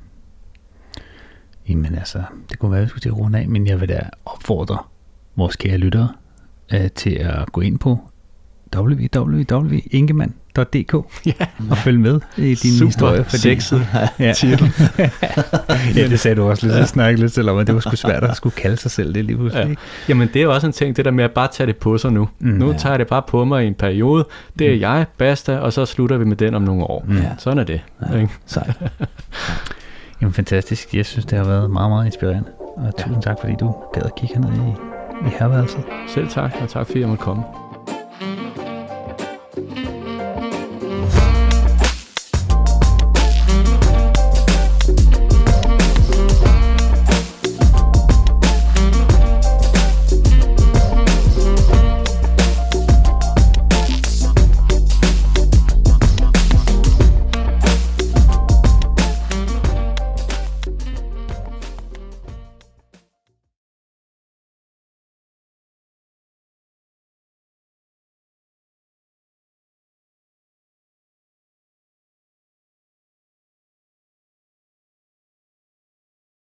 Jamen altså, det kunne være, at vi skulle til at runde af, men jeg vil da opfordre vores kære lyttere øh, til at gå ind på w w w punktum ingemann punktum d k Ja. og følge med i din Super historie. sexet ja. titel. ja, det sagde du også lidt. Jeg snakkede lidt selv om, at det var sgu svært at skulle kalde sig selv det lige pludselig. Ja. Ikke? Jamen det er jo også en ting, det der med at bare tage det på sig nu. Mm, nu ja. tager jeg det bare på mig i en periode. Det er Mm. jeg, basta, og så slutter vi med den om nogle år. Mm. Ja. Sådan er det. Ja. Ikke? Sejt. Jamen fantastisk. Jeg synes, det har været meget, meget inspirerende. Og tusind tak, fordi du gad at kigge herned i, i herværelset. Selv tak, og tak fordi jeg måtte komme.